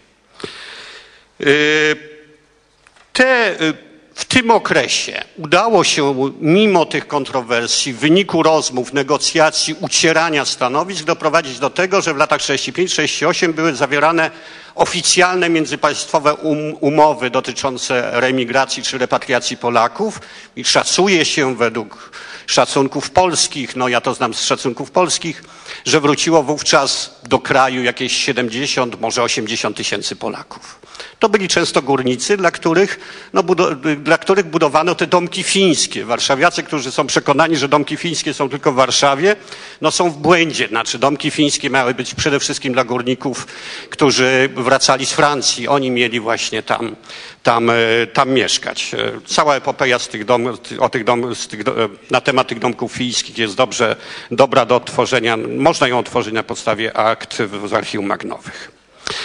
Te W tym okresie udało się, mimo tych kontrowersji, w wyniku rozmów, negocjacji, ucierania stanowisk, doprowadzić do tego, że w latach trzydziestym piątym do trzydziestego ósmego były zawierane oficjalne międzypaństwowe um, umowy dotyczące reemigracji czy repatriacji Polaków i szacuje się według szacunków polskich, no ja to znam z szacunków polskich, że wróciło wówczas do kraju jakieś siedemdziesiąt, może osiemdziesiąt tysięcy Polaków. To byli często górnicy, dla których, no, dla których budowano te domki fińskie. Warszawiacy, którzy są przekonani, że domki fińskie są tylko w Warszawie, no są w błędzie. Znaczy domki fińskie miały być przede wszystkim dla górników, którzy wracali z Francji. Oni mieli właśnie tam, tam, tam mieszkać. Cała epopeja z tych dom, o tych dom, z tych, na temat tych domków fińskich jest dobrze, dobra do odtworzenia. Można ją otworzyć na podstawie akt z archiwum Magnowych.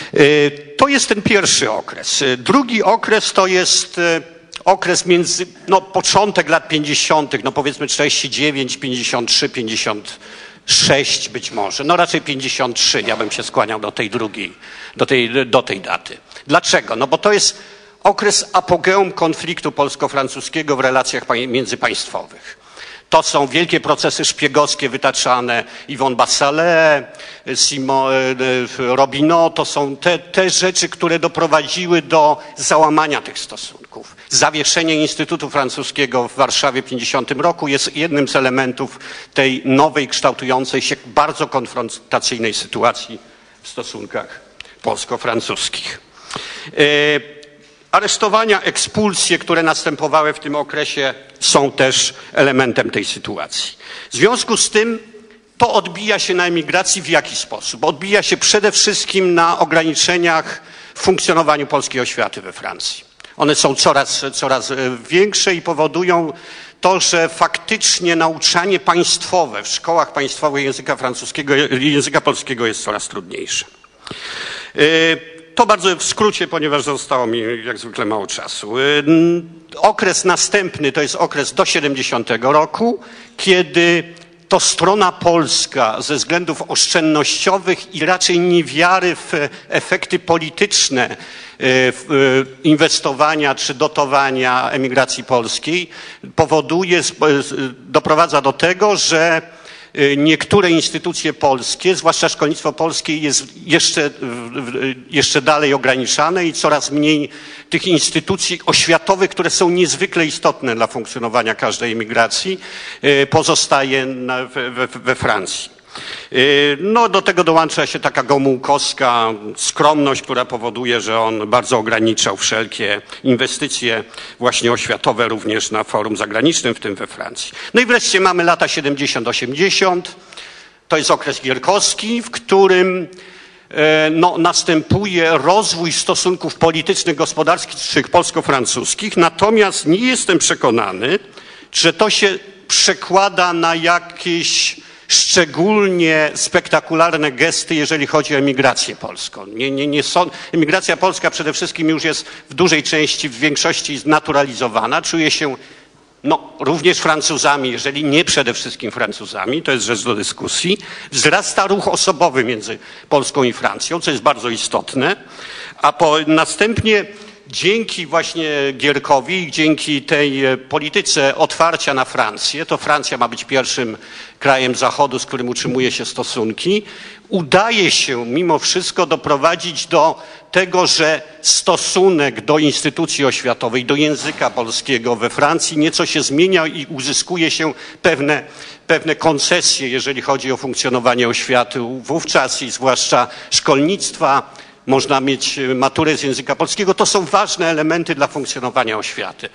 To jest ten pierwszy okres. Drugi okres to jest okres między, no początek lat pięćdziesiątych, no powiedzmy czterdzieści dziewięć, pięćdziesiąt trzy, pięćdziesiąt sześć być może, no raczej pięćdziesiąt trzy, ja bym się skłaniał do tej drugiej, do tej, do tej daty. Dlaczego? No bo to jest okres apogeum konfliktu polsko-francuskiego w relacjach międzypaństwowych. To są wielkie procesy szpiegowskie wytaczane, Yvonne Bassalet, Simon Robineau, to są te, te rzeczy, które doprowadziły do załamania tych stosunków. Zawieszenie Instytutu Francuskiego w Warszawie w pięćdziesiątym roku jest jednym z elementów tej nowej, kształtującej się bardzo konfrontacyjnej sytuacji w stosunkach polsko-francuskich. Aresztowania, ekspulsje, które następowały w tym okresie, są też elementem tej sytuacji. W związku z tym to odbija się na emigracji w jaki sposób? Odbija się przede wszystkim na ograniczeniach w funkcjonowaniu polskiej oświaty we Francji. One są coraz, coraz większe i powodują to, że faktycznie nauczanie państwowe w szkołach państwowych języka francuskiego, języka polskiego jest coraz trudniejsze. To bardzo w skrócie, ponieważ zostało mi jak zwykle mało czasu. Okres następny to jest okres do siedemdziesiątego roku, kiedy to strona polska ze względów oszczędnościowych i raczej niewiary w efekty polityczne inwestowania czy dotowania emigracji polskiej powoduje, doprowadza do tego, że niektóre instytucje polskie, zwłaszcza szkolnictwo polskie, jest jeszcze, jeszcze dalej ograniczane i coraz mniej tych instytucji oświatowych, które są niezwykle istotne dla funkcjonowania każdej emigracji, pozostaje we, we Francji. No, do tego dołącza się taka gomułkowska skromność, która powoduje, że on bardzo ograniczał wszelkie inwestycje właśnie oświatowe również na forum zagranicznym, w tym we Francji. No i wreszcie mamy lata siedemdziesiąt osiemdziesiąt. To jest okres gierkowski, w którym no, następuje rozwój stosunków politycznych, gospodarczych polsko-francuskich, natomiast nie jestem przekonany, że to się przekłada na jakieś szczególnie spektakularne gesty, jeżeli chodzi o emigrację polską. Nie, nie, nie są, emigracja polska przede wszystkim już jest w dużej części, w większości znaturalizowana. Czuje się no, również Francuzami, jeżeli nie przede wszystkim Francuzami, to jest rzecz do dyskusji. Wzrasta ruch osobowy między Polską i Francją, co jest bardzo istotne, a po, następnie dzięki właśnie Gierkowi i dzięki tej polityce otwarcia na Francję, to Francja ma być pierwszym krajem Zachodu, z którym utrzymuje się stosunki, udaje się mimo wszystko doprowadzić do tego, że stosunek do instytucji oświatowej, do języka polskiego we Francji nieco się zmienia i uzyskuje się pewne, pewne koncesje, jeżeli chodzi o funkcjonowanie oświaty wówczas i zwłaszcza szkolnictwa. Można mieć maturę z języka polskiego. To są ważne elementy dla funkcjonowania oświaty.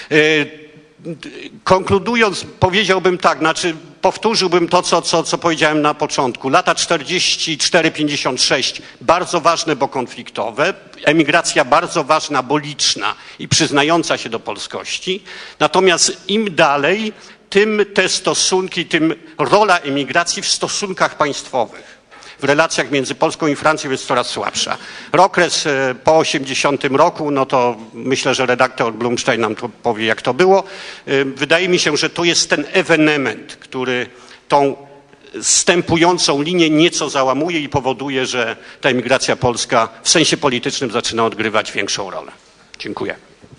Konkludując, powiedziałbym tak, znaczy powtórzyłbym to, co, co, co powiedziałem na początku. Lata czterdzieści cztery pięćdziesiąt sześć bardzo ważne, bo konfliktowe. Emigracja bardzo ważna, bo liczna i przyznająca się do polskości. Natomiast im dalej, tym te stosunki, tym rola emigracji w stosunkach państwowych, w relacjach między Polską i Francją jest coraz słabsza. Okres po osiemdziesiątym roku, no to myślę, że redaktor Blumstein nam to powie, jak to było. Wydaje mi się, że to jest ten ewenement, który tą stępującą linię nieco załamuje i powoduje, że ta emigracja polska w sensie politycznym zaczyna odgrywać większą rolę. Dziękuję.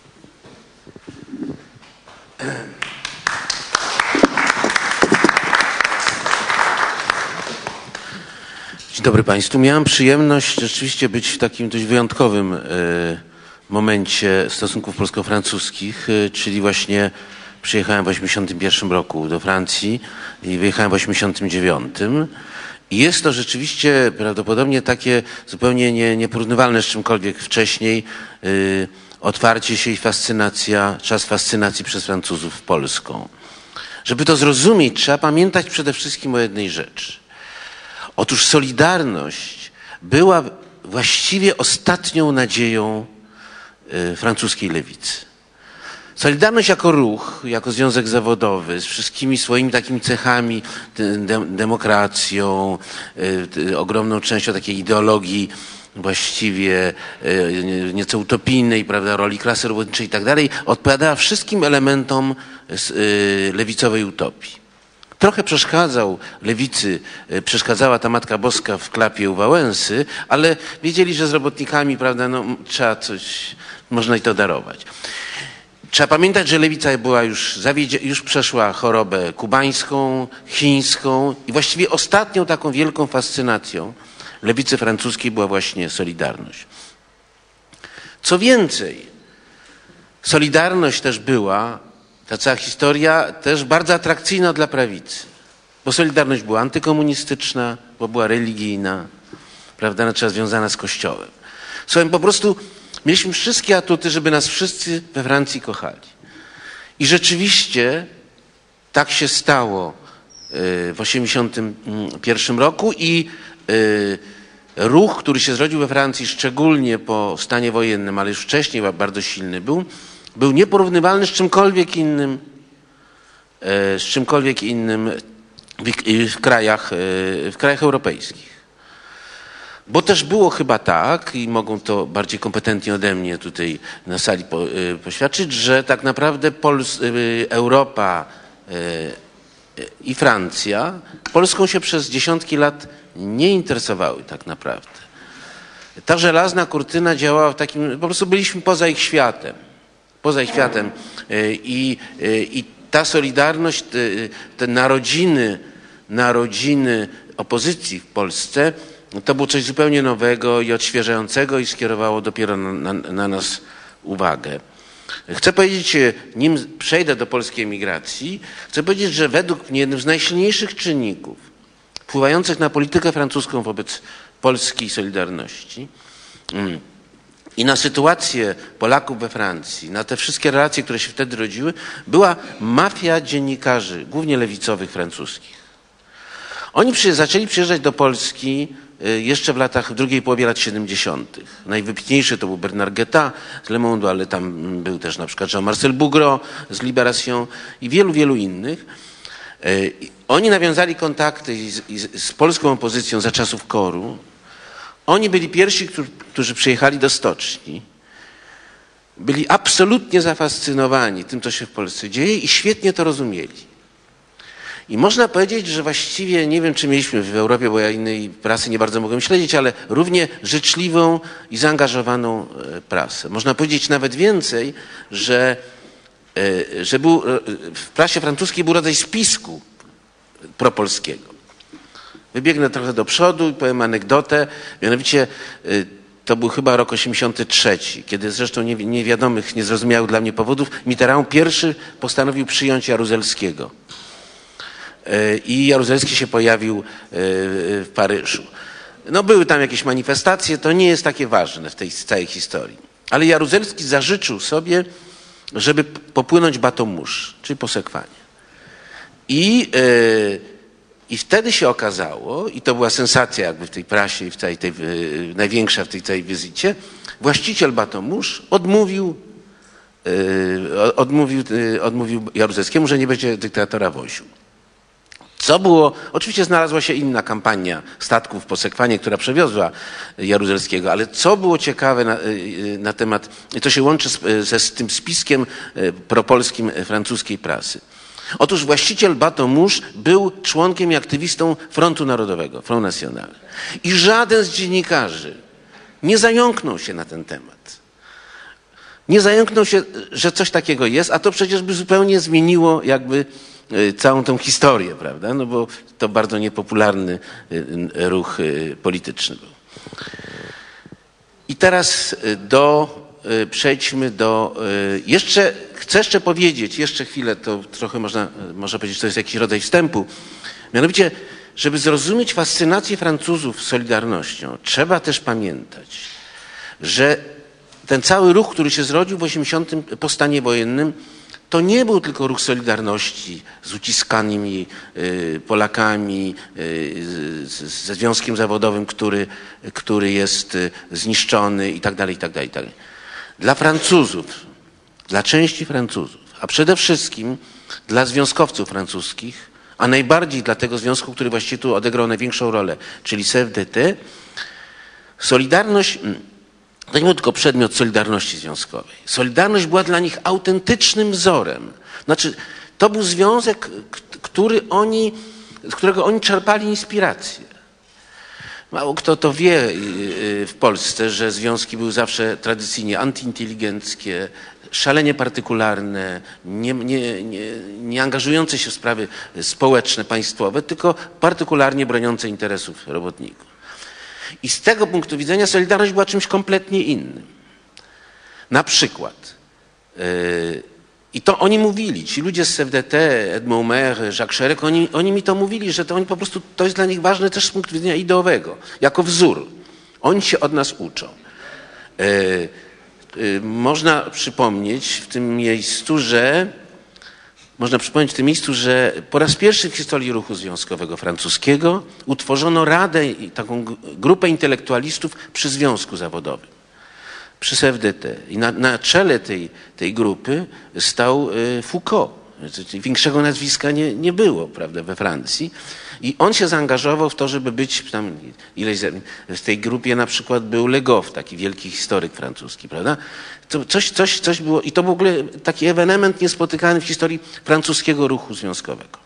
Dzień dobry Państwu. Miałem przyjemność rzeczywiście być w takim dość wyjątkowym y, momencie stosunków polsko-francuskich, y, czyli właśnie przyjechałem w osiemdziesiątym pierwszym roku do Francji i wyjechałem w osiemdziesiątym dziewiątym. I jest to rzeczywiście prawdopodobnie takie zupełnie nie, nieporównywalne z czymkolwiek wcześniej y, otwarcie się i fascynacja, czas fascynacji przez Francuzów Polską. Żeby to zrozumieć, trzeba pamiętać przede wszystkim o jednej rzeczy. Otóż Solidarność była właściwie ostatnią nadzieją y, francuskiej lewicy. Solidarność jako ruch, jako związek zawodowy, z wszystkimi swoimi takimi cechami, de, demokracją, y, y, ogromną częścią takiej ideologii właściwie nieco utopijnej, prawda, roli klasy robotniczej i tak dalej, odpowiadała wszystkim elementom lewicowej utopii. Trochę przeszkadzał lewicy, przeszkadzała ta Matka Boska w klapie u Wałęsy, ale wiedzieli, że z robotnikami, prawda, no, trzeba coś, można i to darować. Trzeba pamiętać, że lewica była już, zawiedzie, już przeszła chorobę kubańską, chińską i właściwie ostatnią taką wielką fascynacją lewicy francuskiej była właśnie Solidarność. Co więcej, Solidarność też była, ta cała historia, też bardzo atrakcyjna dla prawicy, bo Solidarność była antykomunistyczna, bo była religijna, prawda, znaczy związana z Kościołem. Słuchaj, po prostu mieliśmy wszystkie atuty, żeby nas wszyscy we Francji kochali. I rzeczywiście tak się stało w osiemdziesiątym pierwszym roku i ruch, który się zrodził we Francji, szczególnie po stanie wojennym, ale już wcześniej bardzo silny był, był nieporównywalny z czymkolwiek innym, z czymkolwiek innym w, w, krajach, w krajach europejskich. Bo też było chyba tak, i mogą to bardziej kompetentnie ode mnie tutaj na sali po, poświadczyć, że tak naprawdę Pols Europa i Francja Polską się przez dziesiątki lat nie interesowały tak naprawdę. Ta żelazna kurtyna działała w takim, po prostu byliśmy poza ich światem. Poza ich światem. I, i ta Solidarność, te, te narodziny, narodziny opozycji w Polsce, to było coś zupełnie nowego i odświeżającego i skierowało dopiero na, na, na nas uwagę. Chcę powiedzieć, nim przejdę do polskiej emigracji, chcę powiedzieć, że według mnie jednym z najsilniejszych czynników wpływających na politykę francuską wobec polskiej Solidarności mm, i na sytuację Polaków we Francji, na te wszystkie relacje, które się wtedy rodziły, była mafia dziennikarzy, głównie lewicowych francuskich. Oni przy, zaczęli przyjeżdżać do Polski jeszcze w latach, w drugiej połowie lat siedemdziesiątych. Najwybitniejszy to był Bernard Guetta z Le Monde, ale tam był też na przykład Jean-Marcel Bougro z Libération i wielu, wielu innych. Oni nawiązali kontakty z, z polską opozycją za czasów koru. Oni byli pierwsi, którzy przyjechali do stoczni. Byli absolutnie zafascynowani tym, co się w Polsce dzieje i świetnie to rozumieli. I można powiedzieć, że właściwie, nie wiem, czy mieliśmy w Europie, bo ja innej prasy nie bardzo mogłem śledzić, ale równie życzliwą i zaangażowaną prasę. Można powiedzieć nawet więcej, że, że był, w prasie francuskiej był rodzaj spisku propolskiego. Wybiegnę trochę do przodu i powiem anegdotę, mianowicie to był chyba rok osiemdziesiąty trzeci, kiedy zresztą niewiadomych, niezrozumiałych dla mnie powodów Mitterrand pierwszy postanowił przyjąć Jaruzelskiego. I Jaruzelski się pojawił w Paryżu. No były tam jakieś manifestacje, to nie jest takie ważne w tej całej historii. Ale Jaruzelski zażyczył sobie, żeby popłynąć Bateau-Mouche, czyli po Sekwanie. I, yy, I wtedy się okazało, i to była sensacja jakby w tej prasie i w całej tej, yy, największa w tej całej wizycie, właściciel Bateau-Mouche odmówił, yy, odmówił, yy, odmówił Jaruzelskiemu, że nie będzie dyktatora woził. Co było, oczywiście znalazła się inna kampania statków po Sekwanie, która przewiozła Jaruzelskiego, ale co było ciekawe na, na temat, i to się łączy z, ze, z tym spiskiem propolskim francuskiej prasy. Otóż właściciel Bateau-Mouche był członkiem i aktywistą Frontu Narodowego, Front National. I żaden z dziennikarzy nie zająknął się na ten temat. Nie zająknął się, że coś takiego jest, a to przecież by zupełnie zmieniło jakby całą tą historię, prawda? No bo to bardzo niepopularny ruch polityczny był. I teraz do, przejdźmy do, jeszcze, chcę jeszcze powiedzieć, jeszcze chwilę, to trochę można, można powiedzieć, że to jest jakiś rodzaj wstępu. Mianowicie, żeby zrozumieć fascynację Francuzów Solidarnością, trzeba też pamiętać, że ten cały ruch, który się zrodził w osiemdziesiątym po stanie wojennym, to nie był tylko ruch Solidarności z uciskanymi y, Polakami, y, z, ze związkiem zawodowym, który, który jest y, zniszczony i tak dalej, i tak dalej, i tak dalej. Dla Francuzów, dla części Francuzów, a przede wszystkim dla związkowców francuskich, a najbardziej dla tego związku, który właściwie tu odegrał największą rolę, czyli C F D T, Solidarność to nie był tylko przedmiot Solidarności Związkowej. Solidarność była dla nich autentycznym wzorem. Znaczy, to był związek, który oni, z którego oni czerpali inspirację. Mało kto to wie w Polsce, że związki były zawsze tradycyjnie antyinteligenckie, szalenie partykularne, nie, nie, nie, nie angażujące się w sprawy społeczne, państwowe, tylko partykularnie broniące interesów robotników. I z tego punktu widzenia Solidarność była czymś kompletnie innym. Na przykład, yy, i to oni mówili, ci ludzie z C F D T, Edmond Maire, Jacques Chirac, oni, oni mi to mówili, że to oni po prostu, to jest dla nich ważne też z punktu widzenia ideowego, jako wzór. Oni się od nas uczą. Yy, yy, można przypomnieć w tym miejscu, że Można przypomnieć w tym miejscu, że po raz pierwszy w historii ruchu związkowego francuskiego utworzono radę, taką grupę intelektualistów przy związku zawodowym, przy C F D T. I na, na czele tej, tej grupy stał Foucault. Większego nazwiska nie, nie było, prawda, we Francji. I on się zaangażował w to, żeby być tam ileś, w tej grupie na przykład był Le Goff, taki wielki historyk francuski, prawda? To coś, coś, coś było i to w ogóle taki ewenement niespotykany w historii francuskiego ruchu związkowego.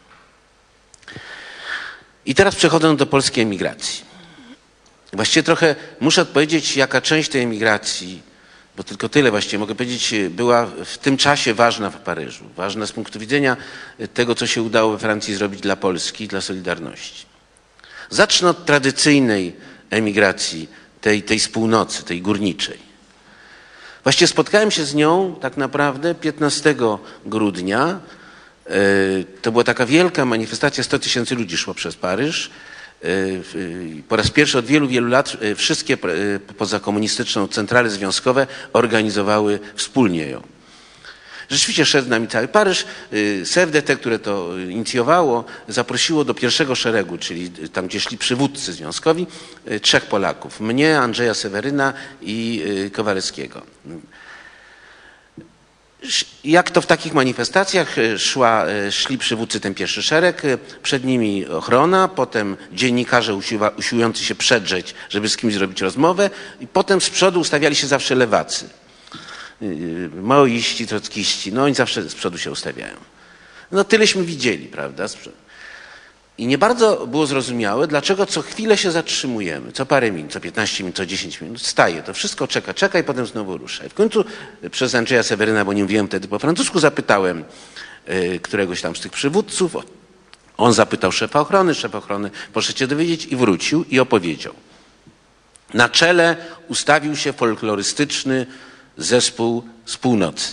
I teraz przechodzę do polskiej emigracji. Właściwie trochę muszę odpowiedzieć, jaka część tej emigracji, bo tylko tyle właściwie mogę powiedzieć, była w tym czasie ważna w Paryżu. Ważna z punktu widzenia tego, co się udało we Francji zrobić dla Polski, dla Solidarności. Zacznę od tradycyjnej emigracji, tej, tej z północy, tej górniczej. Właściwie spotkałem się z nią tak naprawdę piętnastego grudnia. To była taka wielka manifestacja, sto tysięcy ludzi szło przez Paryż. Po raz pierwszy od wielu, wielu lat wszystkie pozakomunistyczne centrale związkowe organizowały wspólnie ją. Rzeczywiście szedł z nami cały Paryż. C F D T, które to inicjowało, zaprosiło do pierwszego szeregu, czyli tam, gdzie szli przywódcy związkowi, trzech Polaków. Mnie, Andrzeja Seweryna i Kowalewskiego. Jak to w takich manifestacjach szła, szli przywódcy ten pierwszy szereg, przed nimi ochrona, potem dziennikarze usiła, usiłujący się przedrzeć, żeby z kimś zrobić rozmowę i potem z przodu ustawiali się zawsze lewacy. Maoiści, trockiści, no oni zawsze z przodu się ustawiają. No tyleśmy widzieli, prawda? I nie bardzo było zrozumiałe, dlaczego co chwilę się zatrzymujemy, co parę minut, co piętnaście minut, co dziesięć minut, staje, to wszystko czeka, czeka i potem znowu rusza. I w końcu przez Andrzeja Seweryna, bo nie mówiłem wtedy po francusku, zapytałem y, któregoś tam z tych przywódców, on zapytał szefa ochrony, szef ochrony poszedł się dowiedzieć i wrócił i opowiedział. Na czele ustawił się folklorystyczny zespół z północy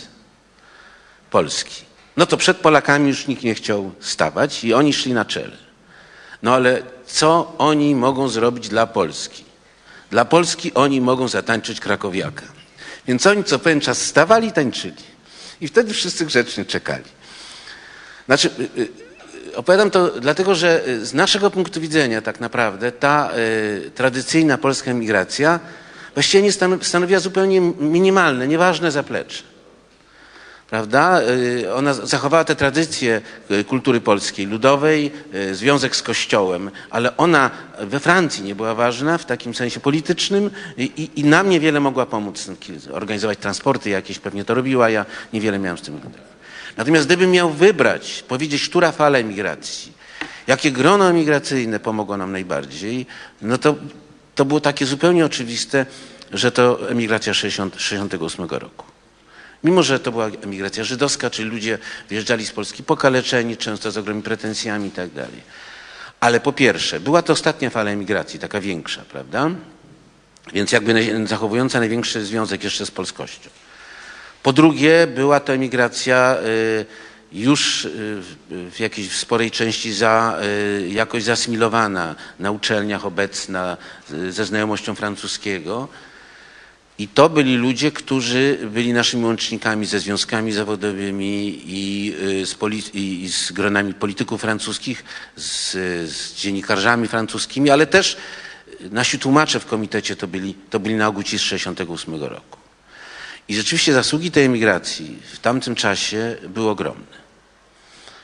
Polski. No to przed Polakami już nikt nie chciał stawać i oni szli na czele. No ale co oni mogą zrobić dla Polski? Dla Polski oni mogą zatańczyć krakowiaka. Więc oni co pewien czas stawali i tańczyli. I wtedy wszyscy grzecznie czekali. Znaczy, opowiadam to dlatego, że z naszego punktu widzenia tak naprawdę ta y, tradycyjna polska emigracja właściwie nie stanowiła zupełnie minimalne, nieważne zaplecze. Prawda? Ona zachowała te tradycje kultury polskiej, ludowej, związek z Kościołem, ale ona we Francji nie była ważna w takim sensie politycznym i, i nam niewiele mogła pomóc organizować transporty jakieś, pewnie to robiła, ja niewiele miałem z tym. Natomiast gdybym miał wybrać, powiedzieć, która fala emigracji, jakie grono emigracyjne pomogło nam najbardziej, no to, to było takie zupełnie oczywiste, że to emigracja sześćdziesiątego ósmego roku. Mimo że to była emigracja żydowska, czyli ludzie wyjeżdżali z Polski pokaleczeni, często z ogromnymi pretensjami i tak dalej. Ale po pierwsze, była to ostatnia fala emigracji, taka większa, prawda? Więc jakby zachowująca największy związek jeszcze z polskością. Po drugie, była to emigracja już w jakiejś sporej części za, jakoś zasymilowana na uczelniach, obecna, ze znajomością francuskiego. I to byli ludzie, którzy byli naszymi łącznikami ze związkami zawodowymi i z, poli- i z gronami polityków francuskich, z, z dziennikarzami francuskimi, ale też nasi tłumacze w komitecie to byli, to byli na ogół ci z sześćdziesiątego ósmego roku. I rzeczywiście zasługi tej emigracji w tamtym czasie były ogromne.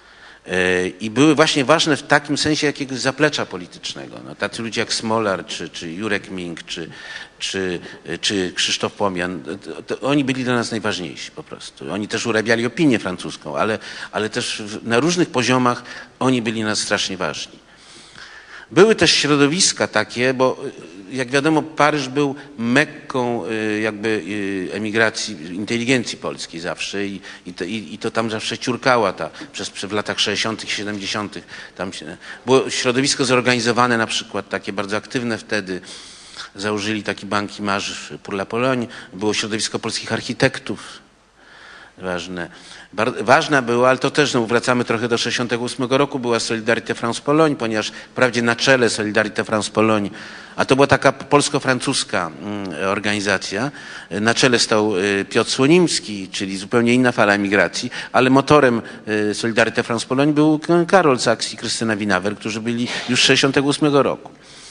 I były właśnie ważne w takim sensie jakiegoś zaplecza politycznego. No, tacy ludzie jak Smolar, czy, czy Jurek Mink, czy, czy, czy Krzysztof Pomian, to, to oni byli dla nas najważniejsi po prostu. Oni też urabiali opinię francuską, ale, ale też na różnych poziomach oni byli nas strasznie ważni. Były też środowiska takie, bo jak wiadomo Paryż był mekką jakby emigracji, inteligencji polskiej zawsze i, i, to, i, i to tam zawsze ciurkała ta, przez, przez w latach sześćdziesiątych, siedemdziesiątych. Tam się, było środowisko zorganizowane na przykład takie bardzo aktywne wtedy. Założyli taki Banki Marsz pour la Pologne. Było środowisko polskich architektów. Ważne. Ważna była, ale to też no, wracamy trochę do sześćdziesiątego ósmego roku, była Solidarité France-Pologne, ponieważ wprawdzie na czele Solidarité France-Pologne, a to była taka polsko-francuska organizacja, na czele stał Piotr Słonimski, czyli zupełnie inna fala emigracji, ale motorem Solidarité France-Pologne był Karol Saks i Krystyna Winawer, którzy byli już z sześćdziesiątego ósmego roku.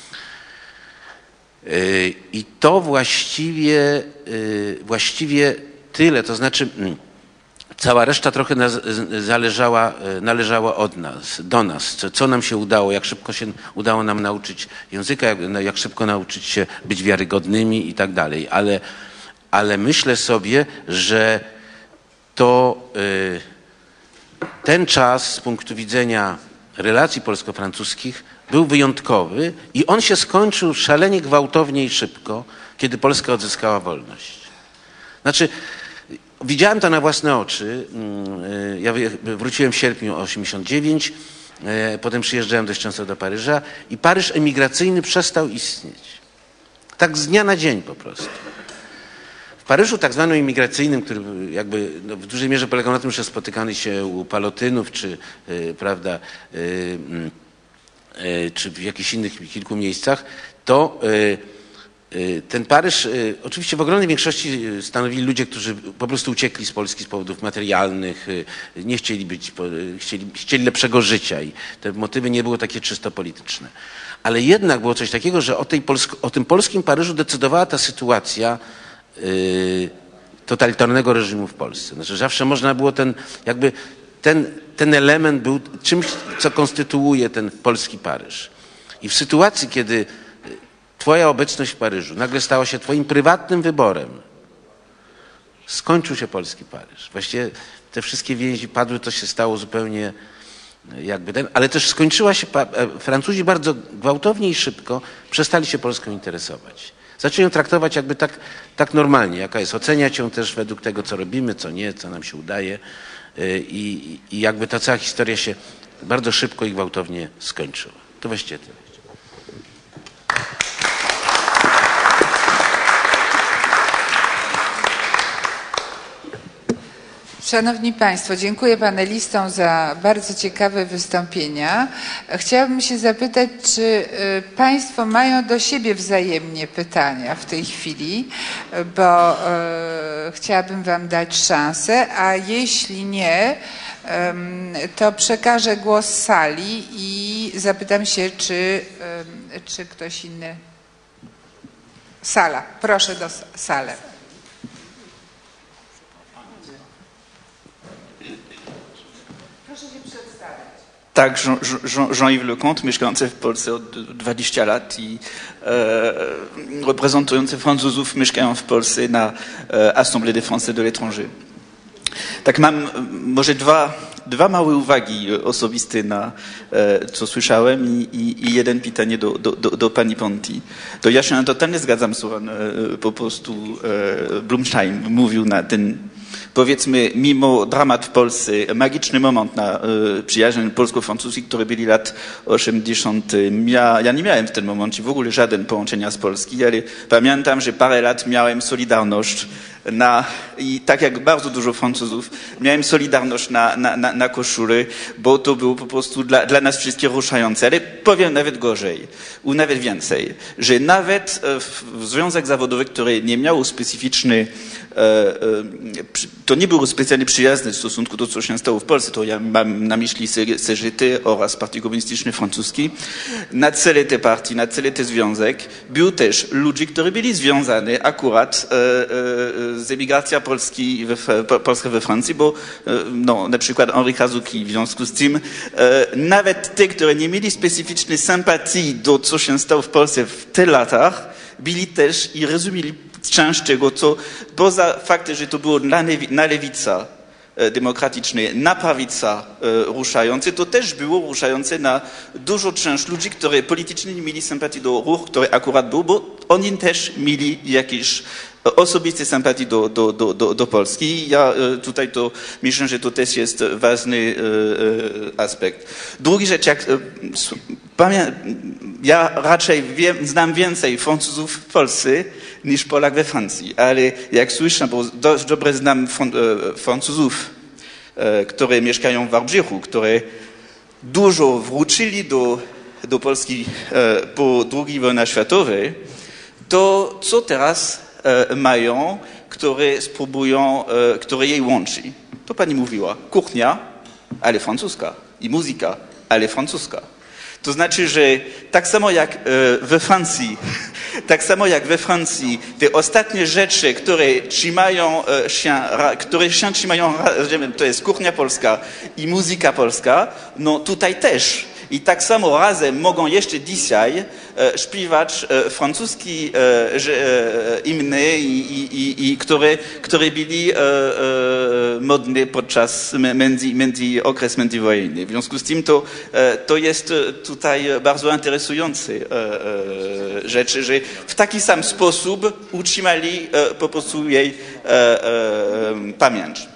I to właściwie, właściwie tyle, to znaczy cała reszta trochę nas, zależała, należała od nas, do nas, co, co nam się udało, jak szybko się udało nam nauczyć języka, jak, jak szybko nauczyć się być wiarygodnymi i tak dalej. Ale, ale myślę sobie, że to y, ten czas z punktu widzenia relacji polsko-francuskich był wyjątkowy i on się skończył szalenie gwałtownie i szybko, kiedy Polska odzyskała wolność. Znaczy, widziałem to na własne oczy. Ja wróciłem w sierpniu osiemdziesiątego dziewiątego, potem przyjeżdżałem dość często do Paryża i Paryż emigracyjny przestał istnieć. Tak z dnia na dzień po prostu. W Paryżu tak zwanym imigracyjnym, który jakby no, w dużej mierze polegał na tym, że spotykano się u Palotynów, czy yy, prawda, yy, yy, czy w jakichś innych kilku miejscach, to yy, ten Paryż, oczywiście w ogromnej większości stanowili ludzie, którzy po prostu uciekli z Polski z powodów materialnych, nie chcieli być, chcieli, chcieli lepszego życia i te motywy nie były takie czysto polityczne. Ale jednak było coś takiego, że o, tej Polsk- o tym polskim Paryżu decydowała ta sytuacja yy, totalitarnego reżimu w Polsce. Znaczy zawsze można było ten, jakby ten, ten element był czymś, co konstytuuje ten polski Paryż. I w sytuacji, kiedy twoja obecność w Paryżu nagle stała się twoim prywatnym wyborem, skończył się polski Paryż. Właściwie te wszystkie więzi padły, to się stało zupełnie jakby ten, ale też skończyła się, Francuzi bardzo gwałtownie i szybko przestali się Polską interesować. Zaczęli ją traktować jakby tak, tak normalnie, jaka jest, oceniać ją też według tego, co robimy, co nie, co nam się udaje i, i jakby ta cała historia się bardzo szybko i gwałtownie skończyła. To właściwie tyle. Szanowni Państwo, dziękuję panelistom za bardzo ciekawe wystąpienia. Chciałabym się zapytać, czy Państwo mają do siebie wzajemnie pytania w tej chwili, bo e, chciałabym Wam dać szansę, a jeśli nie, e, to przekażę głos sali i zapytam się, czy, e, czy ktoś inny... Sala, proszę do sali. Tak, Jean-Yves Lecomte, mieszkający w Polsce od dwudziestu lat i e, reprezentujący Francuzów mieszkają w Polsce na e, Assemblée des Français de l'étranger. Tak mam może dwa, dwa małe uwagi osobiste na e, co słyszałem i, i, i jeden pytanie do, do, do, do pani Ponti. To ja się totalnie zgadzam z tym, e, po prostu e, Blumstein mówił na ten, powiedzmy, mimo dramat w Polsce, magiczny moment na y, przyjaźń polsko-francuski, który byli lat osiemdziesiątych. Ja, ja nie miałem w tym momencie w ogóle żaden połączenia z Polski, ale pamiętam, że parę lat miałem Solidarność na, i tak jak bardzo dużo Francuzów, miałem Solidarność na, na, na, na koszuli, bo to było po prostu dla, dla nas wszystkich ruszające. Ale powiem nawet gorzej, u nawet więcej, że nawet w, w związek zawodowy, który nie miał specyficzny to nie było specjalnie przyjazne w stosunku do co się stało w Polsce, to ja mam na myśli C G T oraz Partii Komunistyczny Francuski. Na cele tej partii, na cele ten związek był też ludzi, którzy byli związani akurat z emigracją Polski we, Polski we Francji, bo no, na przykład Henri Hazuki w związku z tym nawet te, które nie mieli specyficznej sympatii do co się stało w Polsce w tych latach, byli też i rozumieli część tego, co poza faktem, że to było na, lewi, na lewica demokratyczna, na prawica ruszające, to też było ruszające na dużo część ludzi, którzy politycznie nie mieli sympatii do ruchu, który akurat był, bo oni też mieli jakieś osobiste sympatii do, do, do, do, do Polski. Ja tutaj to myślę, że to też jest ważny aspekt. Drugi rzecz, jak ja raczej wiem, znam więcej Francuzów w Polsce niż Polak we Francji, ale jak słyszę, bo dość dobrze znam Francuzów, którzy mieszkają w Wałbrzychu, którzy dużo wrócili do, do Polski po drugiej wojnie światowej, to co teraz mają, które spróbują, które jej łączy? To pani mówiła, kuchnia, ale francuska i muzyka, ale francuska. To znaczy, że tak samo jak we Francji, tak samo jak we Francji, te ostatnie rzeczy, które trzymają się, które się trzymają, to jest kuchnia polska i muzyka polska, no tutaj też. I tak samo razem mogą jeszcze dzisiaj e, śpiewać e, francuskie e, e, hymny, i, i, i, które, które byli e, e, modne podczas między, między okres międzywojenny. W związku z tym to, e, to jest tutaj bardzo interesujące e, e, rzeczy, że w taki sam sposób utrzymali e, po prostu jej e, e, pamięć.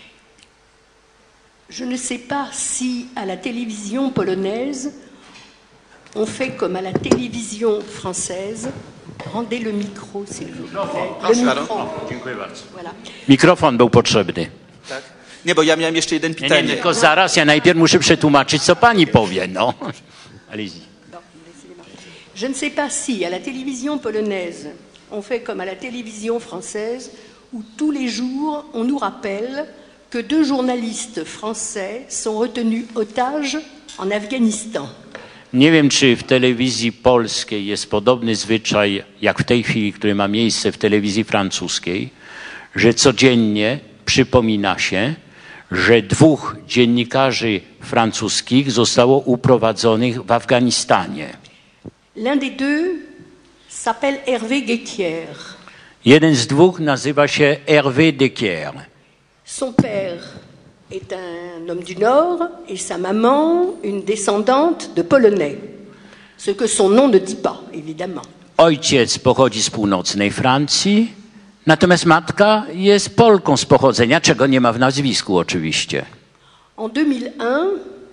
Je ne sais pas si à la télévision polonaise, on fait comme à la télévision française. Rendez le micro, s'il vous plaît. Le micro. Dziękuję bardzo. Voilà. Mikrofon był potrzebny. Tak? Nie, bo ja miałem jeszcze jeden pytanie. Nie, nie, tylko zaraz, ja najpierw muszę przetłumaczyć, co pani powie, no. Allez-y. Je ne sais pas si à la télévision polonaise, on fait comme à la télévision française, où tous les jours, on nous rappelle que deux journalistes français sont retenus otages en Afghanistan. Nie wiem, czy w telewizji polskiej jest podobny zwyczaj, jak w tej chwili, który ma miejsce w telewizji francuskiej, że codziennie przypomina się, że dwóch dziennikarzy francuskich zostało uprowadzonych w Afganistanie. L'un des deux s'appelle Hervé Guéquière. Jeden z dwóch nazywa się Hervé Guéquière. Son père est un homme du Nord et sa maman une descendante de Polonais, ce que son nom ne dit pas, évidemment. Ojciec pochodzi z północnej Francji, natomiast matka jest Polką z pochodzenia, czego nie ma w nazwisku oczywiście. En deux mille un,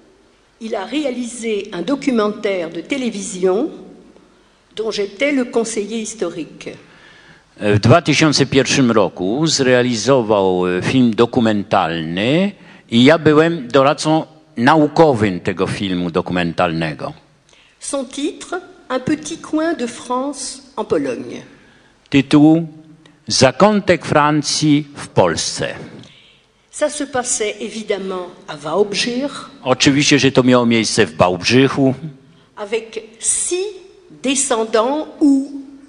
il a réalisé un documentaire de télévision dont j'étais le conseiller historique. W dwa tysiące pierwszym roku zrealizował film dokumentalny i ja byłem doradcą naukowym tego filmu dokumentalnego. Son titre, Un petit coin de France en Pologne. Tytuł Zakątek Francji w Polsce. Ça se passait évidemment à Wałbrzych. Oczywiście, że to miało miejsce w Wałbrzychu. Avec six descendants ou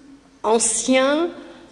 anciens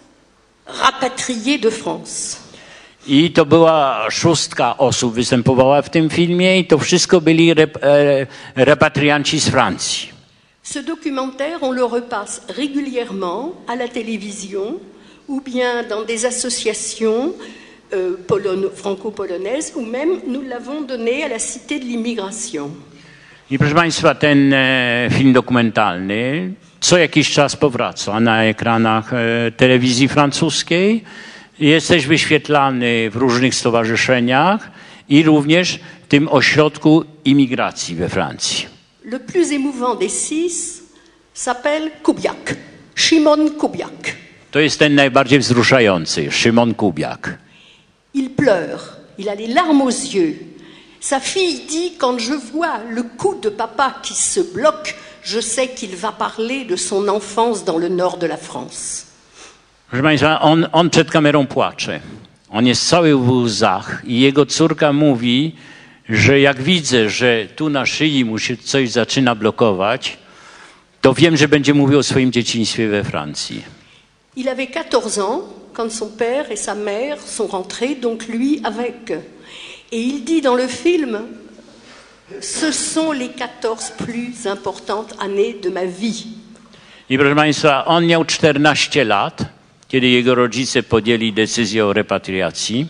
rapatriés de France. I to była szóstka osób występowała w tym filmie i to wszystko byli rep, e, repatrianci z Francji. Ce documentaire, on le repasse régulièrement à la télévision ou bien dans des associations euh, polono- franco-polonaises ou même nous l'avons donné à la Cité de l'Immigration. I proszę Państwa, ten e, film dokumentalny co jakiś czas powraca na ekranach e, telewizji francuskiej. Jest też wyświetlany w różnych stowarzyszeniach i również w tym ośrodku imigracji we Francji. Le plus émouvant des six s'appelle Kubiak, Szymon Kubiak. To jest ten najbardziej wzruszający, Szymon Kubiak. Il pleure, il a les larmes aux yeux. Sa fille dit, quand je vois le cou de papa qui se bloque, je sais qu'il va parler de son enfance dans le nord de la France. Proszę Państwa, on, on przed kamerą płacze. On jest cały w łzach i jego córka mówi, że jak widzę, że tu na szyi mu się coś zaczyna blokować, to wiem, że będzie mówił o swoim dzieciństwie we Francji. Il avait quatorze ans quand son père et sa mère sont rentrés, donc lui avec. Et il dit dans le film, ce sont les quatorze plus importantes années de ma vie. I proszę Państwa, on miał czternaście lat, kiedy jego rodzice podjęli decyzję o repatriacji.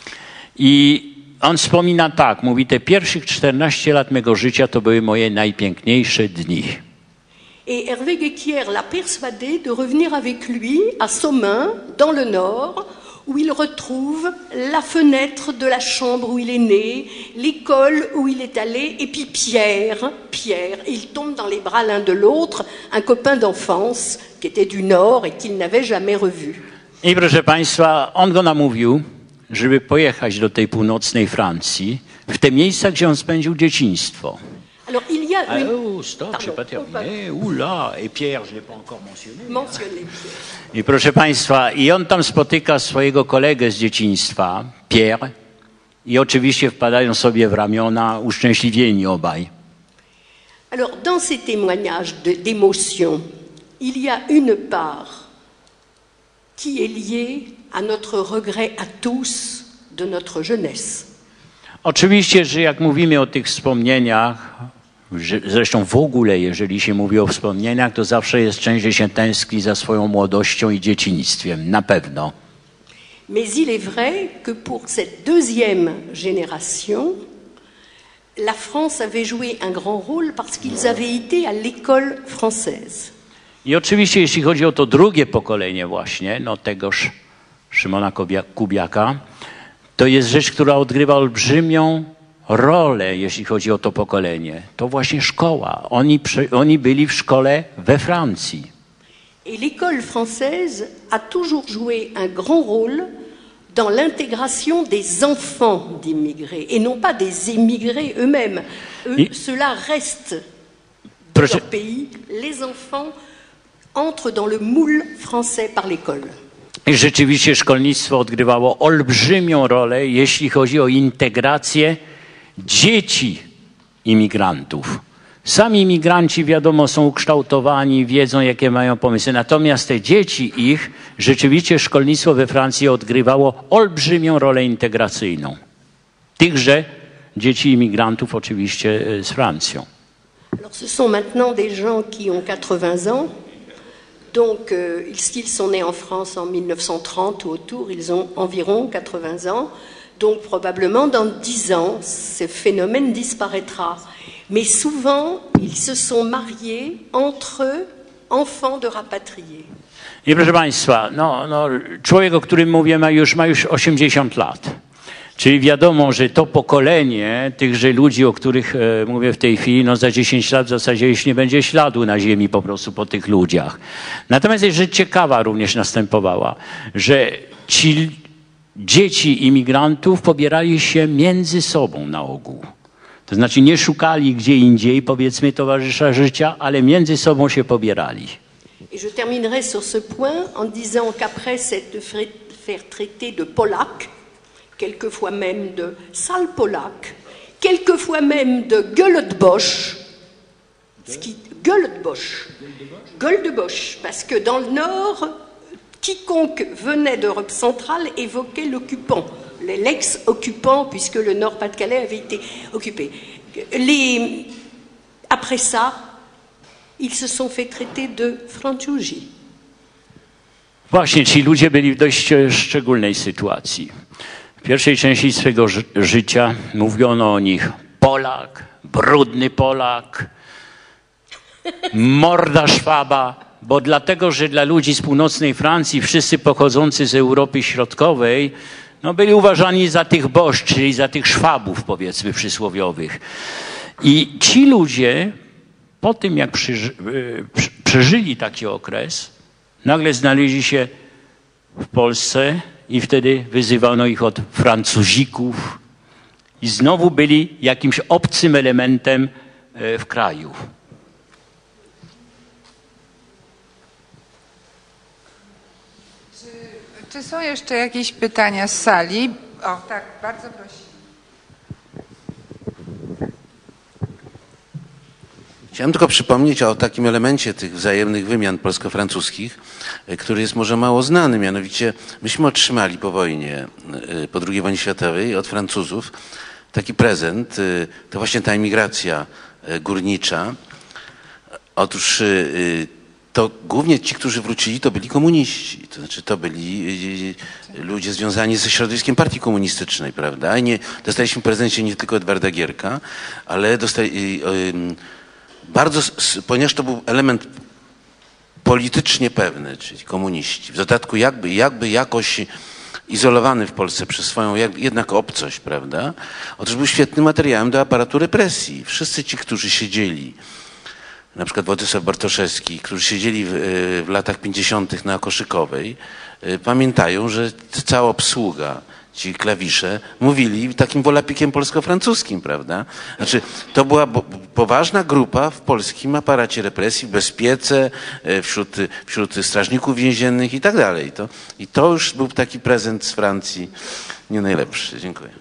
I on wspomina tak, mówi, te pierwszych czternaście lat mego życia to były moje najpiękniejsze dni. Et Hervé Guéquière l'a persuadé de revenir avec lui à Somain, dans le Nord, où il retrouve la fenêtre de la chambre où il est né, l'école où il est allé, et puis Pierre, Pierre, et il tombe dans les bras l'un de l'autre, un copain d'enfance qui était du Nord et qu'il n'avait jamais revu. I proszę Państwa, on go namówił, żeby pojechać do tej północnej Francji, w te miejsca, gdzie on spędził dzieciństwo. Alors il y a Ah, une... oh, stop, j'ai pas terminé. Oula, et Pierre, je l'ai pas encore mentionné. Mentionné. I proszę Państwa, i on tam spotyka swojego kolegę z dzieciństwa, Pierre, i oczywiście wpadają sobie w ramiona, uszczęśliwieni obaj. Alors dans ces témoignages de- d'émotion, il y a une part qui est liée à notre regret à tous de notre jeunesse. Oczywiście, że jak mówimy o tych wspomnieniach, że, zresztą w ogóle, jeżeli się mówi o wspomnieniach, to zawsze jest część, że się tęskni za swoją młodością i dzieciństwem, na pewno. Mais il est vrai que pour cette deuxième génération, la France avait joué un grand rôle parce qu'ils avaient été à l'école française. I oczywiście, jeśli chodzi o to drugie pokolenie właśnie, no tegoż Szymona Kubia- Kubiaka, to jest rzecz, która odgrywa olbrzymią rolę, jeśli chodzi o to pokolenie. To właśnie szkoła. Oni, prze- oni byli w szkole we Francji. Et l'école française a toujours joué un grand rôle dans l'intégration des enfants d'immigrés, et non pas des émigrés eux-mêmes. Eux, Et- cela reste de Proszę- leur pays. Les enfants entrent dans le moule français par l'école. I rzeczywiście szkolnictwo odgrywało olbrzymią rolę, jeśli chodzi o integrację dzieci imigrantów. Sami imigranci, wiadomo, są ukształtowani, wiedzą, jakie mają pomysły. Natomiast te dzieci ich, rzeczywiście szkolnictwo we Francji odgrywało olbrzymią rolę integracyjną. Tychże dzieci imigrantów oczywiście e, z Francją. Alors, ce sont maintenant des gens qui ont quatre-vingts ans. Donc, euh, s'ils sont nés en France en mille neuf cent trente ou autour, ils ont environ quatre-vingts ans. Donc, probablement, dans dix ans, ce phénomène disparaîtra. Mais souvent, ils se sont mariés entre enfants de rapatriés. I proszę Państwa, no, no, człowiek, o którym mówię, ma już, ma już osiemdziesiąt lat. Czyli wiadomo, że to pokolenie tychże ludzi, o których e, mówię w tej chwili, no za dziesięć lat w zasadzie już nie będzie śladu na ziemi po prostu po tych ludziach. Natomiast jest rzecz ciekawa również następowała, że ci dzieci imigrantów pobierali się między sobą na ogół. To znaczy nie szukali gdzie indziej, powiedzmy, towarzysza życia, ale między sobą się pobierali. Et je terminerai sur ce point en disant qu'après s'être fait faire traiter de Polac, quelquefois même de sale Polac, quelquefois même de gueule de boche, ce qui, gueule de boche, gueule de boche, parce que dans le Nord, quiconque venait d'Europe centrale évoquait l'occupant, l'ex-occupant, puisque le Nord-Pas-de-Calais avait été occupé. Les... Après ça, ils se sont fait traiter de Franciusi. Właśnie, ci ludzie byli w dość e, szczególnej sytuacji. W pierwszej części swego ży życia mówiono o nich Polak, brudny Polak, morda Szwaba, bo dlatego, że dla ludzi z północnej Francji wszyscy pochodzący z Europy Środkowej no, byli uważani za tych boż, czyli za tych Szwabów, powiedzmy, przysłowiowych. I ci ludzie po tym, jak przyży, przeżyli taki okres, nagle znaleźli się w Polsce i wtedy wyzywano ich od Francuzików i znowu byli jakimś obcym elementem w kraju. Czy Czy są jeszcze jakieś pytania z sali? O, tak, bardzo prosimy. Chciałem tylko przypomnieć o takim elemencie tych wzajemnych wymian polsko-francuskich, który jest może mało znany. Mianowicie myśmy otrzymali po wojnie, po drugiej wojnie światowej od Francuzów taki prezent. To właśnie ta emigracja górnicza. Otóż to głównie ci, którzy wrócili, to byli komuniści. To znaczy to byli ludzie związani ze środowiskiem partii komunistycznej, prawda? I nie, dostaliśmy w prezencie nie tylko Edwarda Gierka, ale dostali... Bardzo, ponieważ to był element politycznie pewny, czyli komuniści, w dodatku jakby, jakby jakoś izolowany w Polsce przez swoją jak, jednak obcość, prawda? Otóż był świetnym materiałem do aparatu represji. Wszyscy ci, którzy siedzieli, na przykład Władysław Bartoszewski, którzy siedzieli w, w latach pięćdziesiątych na Koszykowej, pamiętają, że cała obsługa, ci klawisze, mówili takim wolapikiem polsko-francuskim, prawda? Znaczy, to była poważna grupa w polskim aparacie represji, w bezpiece, wśród, wśród strażników więziennych i tak dalej. To, I to już był taki prezent z Francji nie najlepszy. Dziękuję.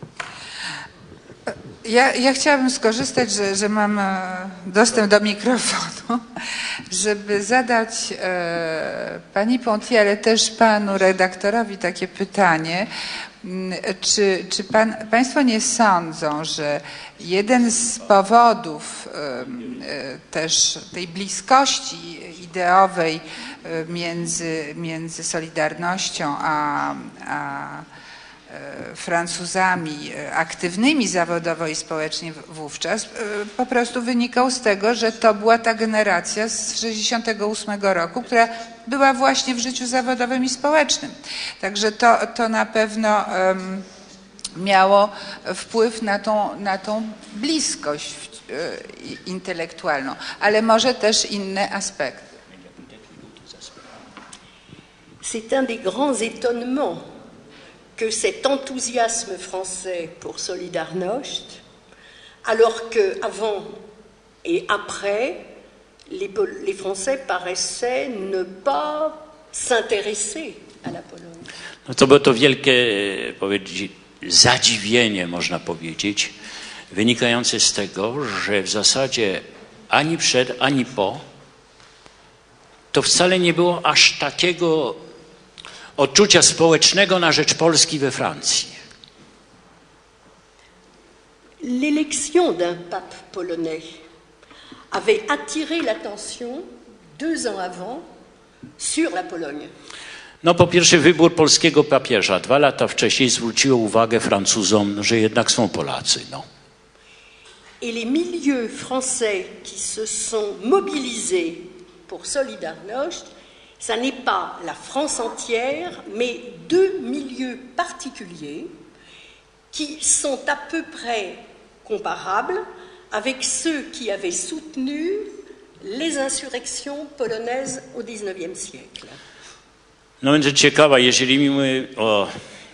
Ja, ja chciałabym skorzystać, że, że mam dostęp do mikrofonu, żeby zadać e, pani Ponti, ale też panu redaktorowi takie pytanie. Czy, czy pan, państwo nie sądzą, że jeden z powodów e, też tej bliskości ideowej między, między Solidarnością a, a Francuzami aktywnymi zawodowo i społecznie wówczas po prostu wynikał z tego, że to była ta generacja z sześćdziesiątego ósmego roku, która była właśnie w życiu zawodowym i społecznym. Także to, to na pewno um, miało wpływ na tą, na tą bliskość um, intelektualną, ale może też inne aspekty. C'est un des grands étonnements que cet enthousiasme français pour Solidarność, alors qu'avant et après, les, les Français paraissaient ne pas s'intéresser à la Pologne. No to było to wielkie, powiedzieć, zadziwienie, można powiedzieć, wynikające z tego, że w zasadzie ani przed, ani po to wcale nie było aż takiego odczucia społecznego na rzecz Polski we Francji. L'élection d'un pape polonais avait attiré l'attention deux ans avant sur la Pologne. No po pierwsze wybór polskiego papieża dwa lata wcześniej zwróciło uwagę Francuzom, że jednak są Polacy. No. Et les milieux français qui se sont mobilisés pour Solidarność, ça n'est pas la France entière, mais deux milieux particuliers qui sont à peu près comparables avec ceux qui avaient soutenu les insurrections polonaises au dix-neuvième siècle. No będzie ciekawa, jeżeli mówimy o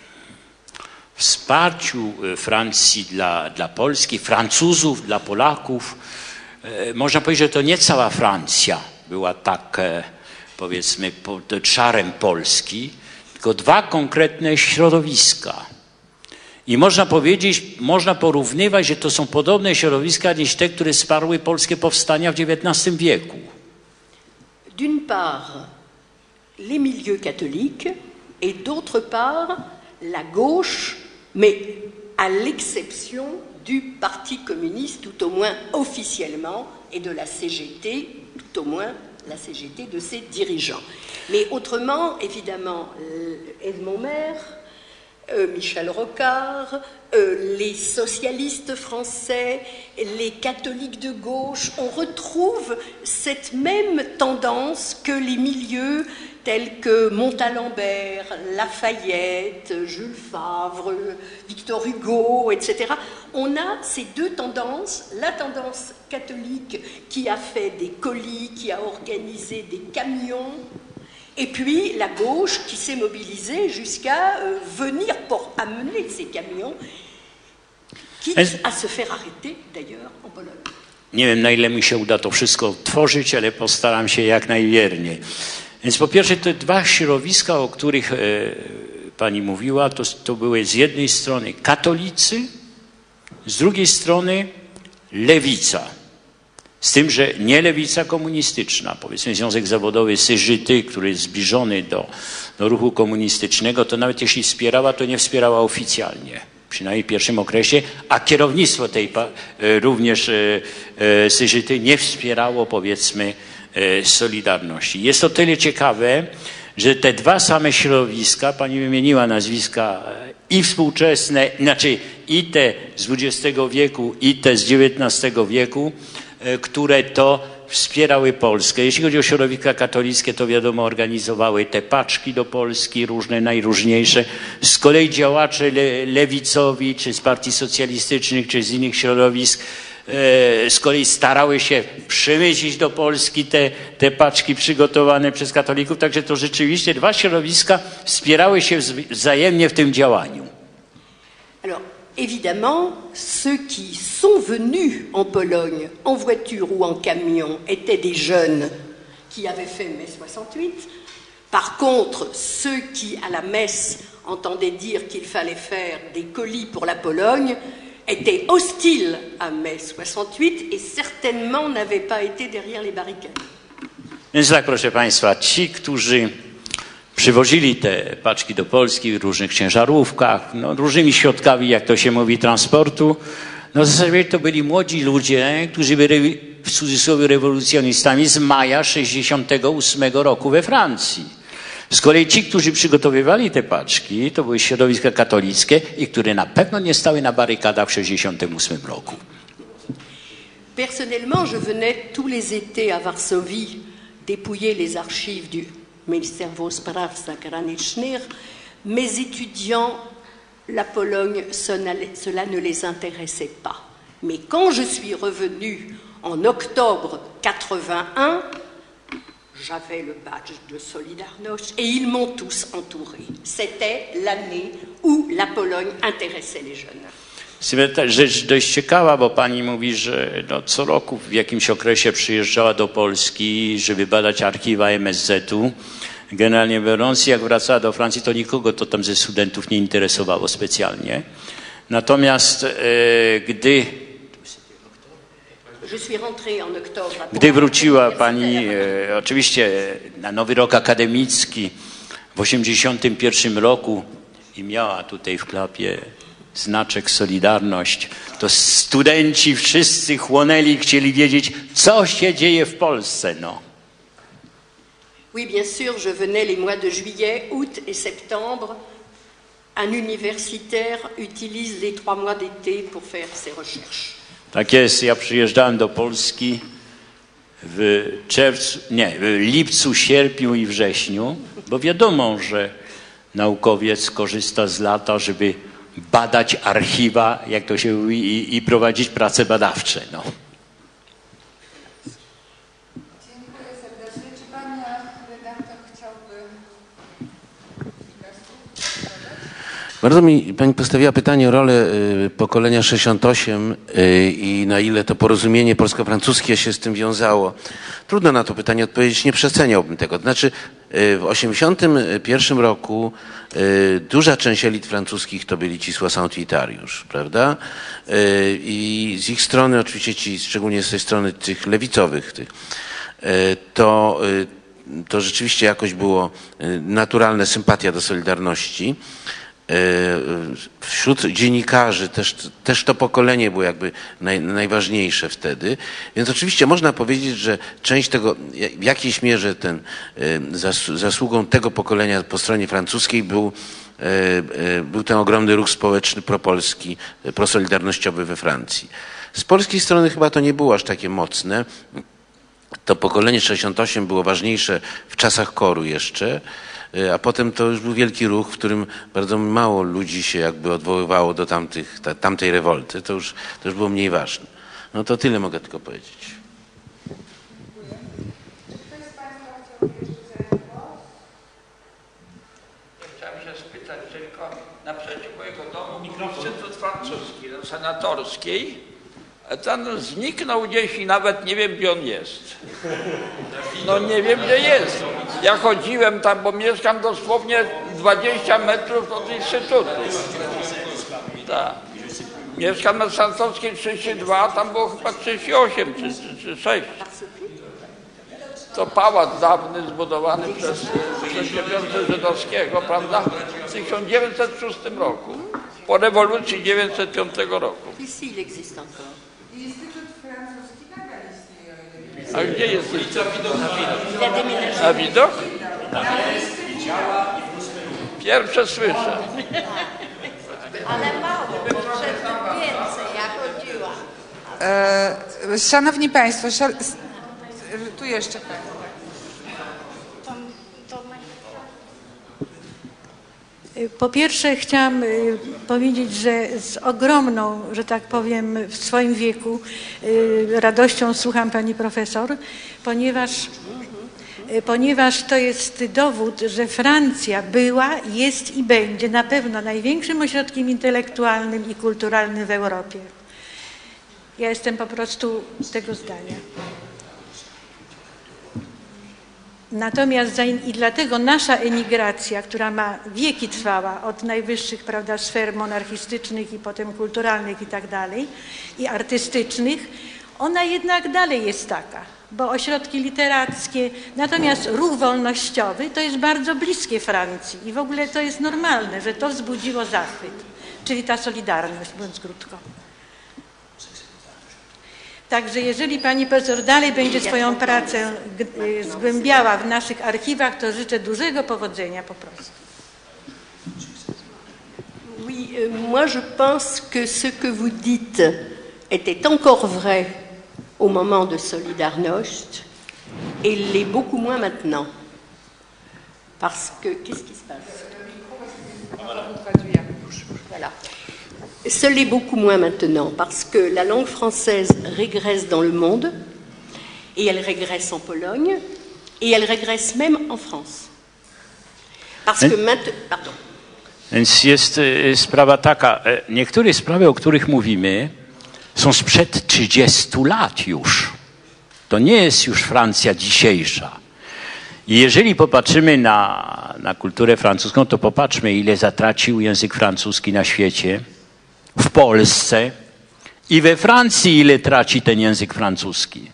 wsparciu Francji dla, dla Polski, Francuzów, dla Polaków, e, można powiedzieć, że to nie cała Francja była tak, e, powiedzmy, pod czarem Polski, tylko dwa konkretne środowiska. I można powiedzieć, można porównywać, że to są podobne środowiska niż te, które wsparły polskie powstania w dziewiętnastym wieku. D'une part, les milieux catholiques et d'autre part, la gauche, mais à l'exception du Parti communiste, tout au moins officiellement, et de la C G T, tout au moins la C G T de ses dirigeants. Mais autrement, évidemment, Edmond Maire, euh, Michel Rocard, euh, les socialistes français, les catholiques de gauche, on retrouve cette même tendance que les milieux tels que Montalembert, Lafayette, Jules Favre, Victor Hugo, et cetera. On a ces deux tendances, la tendance catholique qui a fait des colis, qui a organisé des camions, et puis la gauche qui s'est mobilisée jusqu'à euh, venir pour amener ces camions, quitte à se faire arrêter d'ailleurs en Pologne. Nie wiem, na ile mi się uda to wszystko odtworzyć, ale postaram się jak najwierniej. Więc po pierwsze te dwa środowiska, o których e, pani mówiła, to, to były z jednej strony katolicy, z drugiej strony lewica. Z tym, że nie lewica komunistyczna, powiedzmy Związek Zawodowy Syżyty, który jest zbliżony do, do ruchu komunistycznego, to nawet jeśli wspierała, to nie wspierała oficjalnie, przynajmniej w pierwszym okresie, a kierownictwo tej również Syżyty nie wspierało, powiedzmy, Solidarności. Jest to tyle ciekawe, że te dwa same środowiska, pani wymieniła nazwiska i współczesne, znaczy i te z dwudziestego wieku, i te z dziewiętnastego wieku, które to wspierały Polskę. Jeśli chodzi o środowiska katolickie, to wiadomo, organizowały te paczki do Polski, różne najróżniejsze. Z kolei działacze le lewicowi, czy z partii socjalistycznych, czy z innych środowisk, e, z kolei starały się przemycić do Polski te, te paczki przygotowane przez katolików. Także to rzeczywiście dwa środowiska wspierały się wzajemnie w tym działaniu. Alors, évidemment, ceux qui sont venus en Pologne en voiture ou en camion étaient des jeunes qui avaient fait mai soixante-huit. Par contre, ceux qui, à la messe, entendaient dire qu'il fallait faire des colis pour la Pologne étaient hostiles à mai soixante-huit et certainement n'avaient pas été derrière les barricades. Więc tak, proszę Państwa, ci, którzy przywozili te paczki do Polski w różnych ciężarówkach, no, różnymi środkami, jak to się mówi, transportu. No w zasadzie to byli młodzi ludzie, którzy byli w cudzysłowie rewolucjonistami z maja sześćdziesiątego ósmego roku we Francji. Z kolei ci, którzy przygotowywali te paczki, to były środowiska katolickie i które na pewno nie stały na barykadach w sześćdziesiątym ósmym roku. Personnellement, je venais tous les étés à Varsovie dépouiller les archives du ministère Spraw Zagranicznych. Mes étudiants, la Pologne, cela ne les intéressait pas. Mais quand je suis revenue en octobre quatre-vingt-un, j'avais le badge de Solidarność et ils m'ont tous entouré. C'était l'année où la Pologne intéressait les jeunes. Rzecz dość ciekawa, bo pani mówi, że no, co roku w jakimś okresie przyjeżdżała do Polski, żeby badać archiwa M S Z-u. Generalnie biorąc, jak wracała do Francji, to nikogo to tam ze studentów nie interesowało specjalnie. Natomiast e, gdy, gdy wróciła pani e, oczywiście na nowy rok akademicki w osiemdziesiątym pierwszym roku i miała tutaj w klapie znaczek Solidarność, to studenci wszyscy chłonęli, chcieli wiedzieć, co się dzieje w Polsce. No. Oui, bien sûr, je venais les mois de juillet, août et septembre. Un universitaire utilise les trois mois d'été pour faire ses recherches. Tak jest, ja przyjeżdżałem do Polski w czerwcu, nie, w lipcu, sierpniu i wrześniu, bo wiadomo, że naukowiec korzysta z lata, żeby badać archiwa, jak to się mówi, i, i prowadzić prace badawcze. No. Dziękuję serdecznie. Czy pan redaktor chciałby Bardzo mi pani postawiła pytanie o rolę y, pokolenia sześćdziesiąt osiem y, i na ile to porozumienie polsko-francuskie się z tym wiązało. Trudno na to pytanie odpowiedzieć, nie przeceniałbym tego. To znaczy y, w osiemdziesiątym pierwszym roku y, duża część elit francuskich to byli ci soixante-huitariusz, prawda? Y, I z ich strony, oczywiście ci, szczególnie z tej strony tych lewicowych, tych, y, to, y, to rzeczywiście jakoś było y, naturalne sympatia do Solidarności. Wśród dziennikarzy też, też to pokolenie było jakby naj, najważniejsze wtedy. Więc oczywiście można powiedzieć, że część tego, w jakiejś mierze ten, zasługą tego pokolenia po stronie francuskiej był, był ten ogromny ruch społeczny propolski, prosolidarnościowy we Francji. Z polskiej strony chyba to nie było aż takie mocne. To pokolenie sześćdziesiąt osiem było ważniejsze w czasach koru jeszcze, a potem to już był wielki ruch, w którym bardzo mało ludzi się jakby odwoływało do tamtych, ta, tamtej rewolty. To już, to już było mniej ważne. No to tyle mogę tylko powiedzieć. Dziękuję. Czy ktoś z Państwa chciałby jeszcze zabrać głos? Chciałem się spytać tylko naprzeciw mojego domu Instytut Francuski, no, senatorskiej, Ten zniknął gdzieś i nawet nie wiem, gdzie on jest. No nie wiem, gdzie jest. Ja chodziłem tam, bo mieszkam dosłownie dwadzieścia metrów od instytutu. Tak. Mieszkam na Santowskiej trzydzieści dwa, a tam było chyba trzydzieści osiem czy, czy, czy sześć. To pałac dawny zbudowany przez przedsiębiorcę żydowskiego, prawda, w tysiąc dziewięćset szóstym roku, po rewolucji dziewięćset piątego roku. Instytut francuski nadal istnieje. A gdzie jest? Na widok? Pierwsze słyszę. Ale mało, przedtem więcej, ja chodziłam. E, szanowni Państwo, szal, tu jeszcze Pani. Po pierwsze chciałam powiedzieć, że z ogromną, że tak powiem, w swoim wieku radością słucham pani profesor, ponieważ, ponieważ to jest dowód, że Francja była, jest i będzie na pewno największym ośrodkiem intelektualnym i kulturalnym w Europie. Ja jestem po prostu tego zdania. Natomiast i dlatego nasza emigracja, która ma wieki trwała od najwyższych, prawda, sfer monarchistycznych i potem kulturalnych i tak dalej, i artystycznych, ona jednak dalej jest taka, bo ośrodki literackie, natomiast ruch wolnościowy to jest bardzo bliskie Francji i w ogóle to jest normalne, że to wzbudziło zachwyt, czyli ta solidarność, mówiąc krótko. Także jeżeli pani profesor dalej będzie swoją pracę zgłębiała w naszych archiwach, to życzę dużego powodzenia po prostu. Oui, euh, moi je pense que ce que vous dites était encore vrai au moment de Solidarność et l'est beaucoup moins maintenant. Parce que, qu'est-ce qui se passe? Voilà. Ce l'est beaucoup moins maintenant parce que la langue française régresse dans le monde et elle régresse en Pologne et elle régresse même en France. Parce que maintenant... Pardon. Więc jest y, sprawa taka, y, niektóre sprawy, o których mówimy, są sprzed trzydziestu lat już. To nie jest już Francja dzisiejsza. I jeżeli popatrzymy na, na kulturę francuską, to popatrzmy, ile zatracił język francuski na świecie, w Polsce i we Francji, ile traci ten język francuski.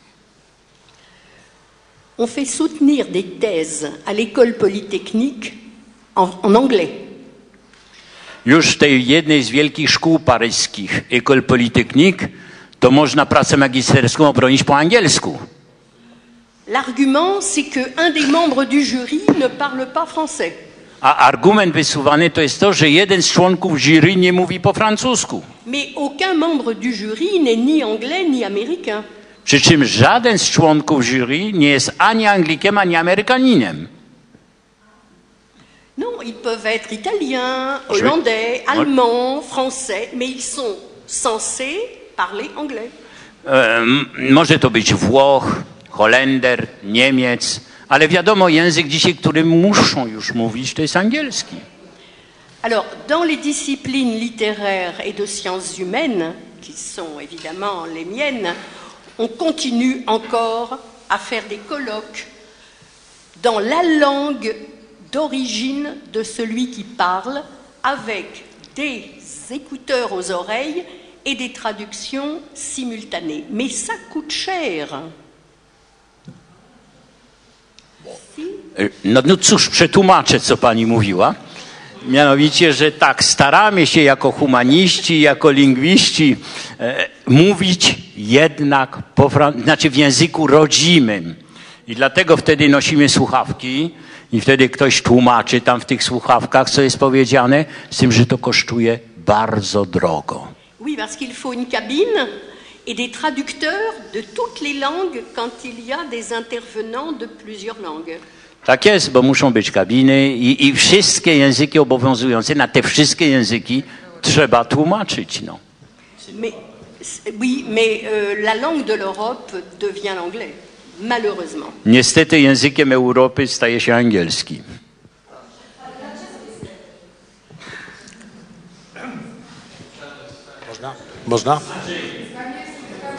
On fait soutenir des thèses à l'école polytechnique en, en anglais. Już w tej jednej z wielkich szkół paryskich, École Polytechnique, to można pracę magisterską obronić po angielsku. L'argument, c'est que un des membres du jury ne parle pas français. A argument wysuwany to jest to, że jeden z członków jury nie mówi po francusku. Mais aucun membre du jury n'est ni anglais ni américain. Przy czym żaden z członków jury nie jest ani Anglikiem, ani Amerykaninem. Non, ils peuvent être italiens, hollandais, allemands, français, mais ils sont censés parler anglais. E, może to być Włoch, Holender, Niemiec, ale wiadomo, język dzisiaj, którym muszą już mówić, to jest angielski. Alors, dans les disciplines littéraires et de sciences humaines, qui sont évidemment les miennes, on continue encore à faire des colloques dans la langue d'origine de celui qui parle, avec des écouteurs aux oreilles et des traductions simultanées. Mais ça coûte cher. No, no cóż, przetłumaczę, co pani mówiła. Mianowicie, że tak, staramy się jako humaniści, jako lingwiści e, mówić jednak po fran- znaczy w języku rodzimym. I dlatego wtedy nosimy słuchawki i wtedy ktoś tłumaczy tam w tych słuchawkach, co jest powiedziane, z tym, że to kosztuje bardzo drogo. Oui, parce qu'il faut une cabine et des traducteurs de toutes les langues quand il y a des intervenants de plusieurs langues. Tak jest, bo muszą być kabiny i, i wszystkie języki obowiązujące, na te wszystkie języki trzeba tłumaczyć. No. Mais, oui, mais euh, la langue de l'Europe devient l'anglais, malheureusement. Niestety językiem Europy staje się angielski. Można? Można?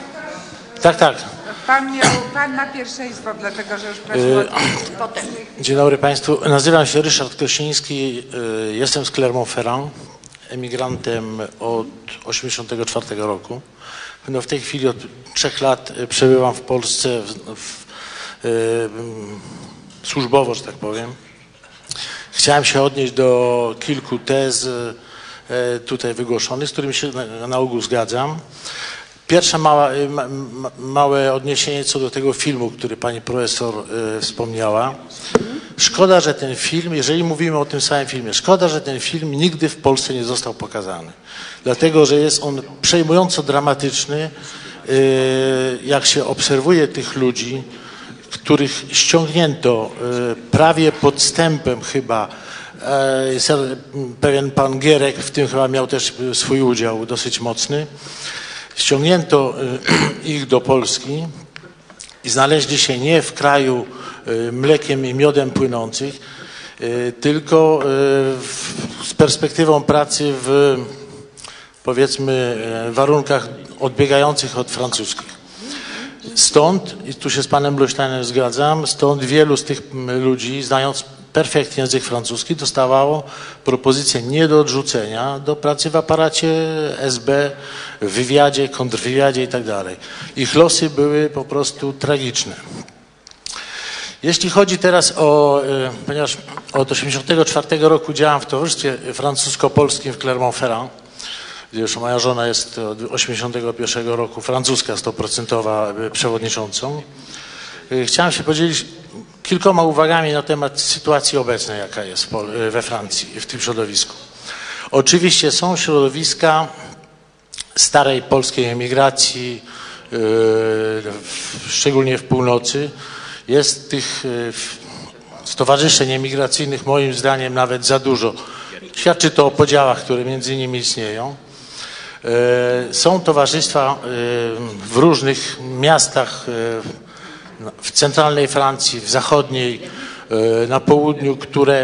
Tak, tak. Pan, miał, pan ma pierwszeństwo, dlatego że już prosiło. Potem. Dzień dobry Państwu. Nazywam się Ryszard Kosiński. Jestem z Clermont-Ferrand. Emigrantem od osiemdziesiątego czwartego roku. No w tej chwili od trzech lat przebywam w Polsce w, w, w, służbowo, że tak powiem. Chciałem się odnieść do kilku tez tutaj wygłoszonych, z którymi się na, na ogół zgadzam. Pierwsze mała, ma, małe odniesienie co do tego filmu, który pani profesor y, wspomniała. Szkoda, że ten film, jeżeli mówimy o tym samym filmie, szkoda, że ten film nigdy w Polsce nie został pokazany. Dlatego, że jest on przejmująco dramatyczny, y, jak się obserwuje tych ludzi, których ściągnięto y, prawie podstępem chyba. Y, pewien pan Gierek w tym chyba miał też swój udział dosyć mocny. Ściągnięto ich do Polski i znaleźli się nie w kraju mlekiem i miodem płynących, tylko z perspektywą pracy w, powiedzmy, warunkach odbiegających od francuskich. Stąd, i tu się z panem Blosteinem zgadzam, stąd wielu z tych ludzi, znając perfektnie język francuski, dostawało propozycję nie do odrzucenia do pracy w aparacie S B, w wywiadzie, kontrwywiadzie i tak dalej. Ich losy były po prostu tragiczne. Jeśli chodzi teraz o, ponieważ od osiemdziesiątego czwartego roku działam w Towarzystwie Francusko-Polskim w Clermont-Ferrand, gdzie już moja żona jest od osiemdziesiątego pierwszego roku francuska, stoprocentowa przewodniczącą. Chciałem się podzielić kilkoma uwagami na temat sytuacji obecnej, jaka jest we Francji, w tym środowisku. Oczywiście są środowiska starej polskiej emigracji, szczególnie w północy. Jest tych stowarzyszeń emigracyjnych moim zdaniem nawet za dużo. Świadczy to o podziałach, które między nimi istnieją. Są towarzystwa w różnych miastach, w centralnej Francji, w zachodniej, na południu, które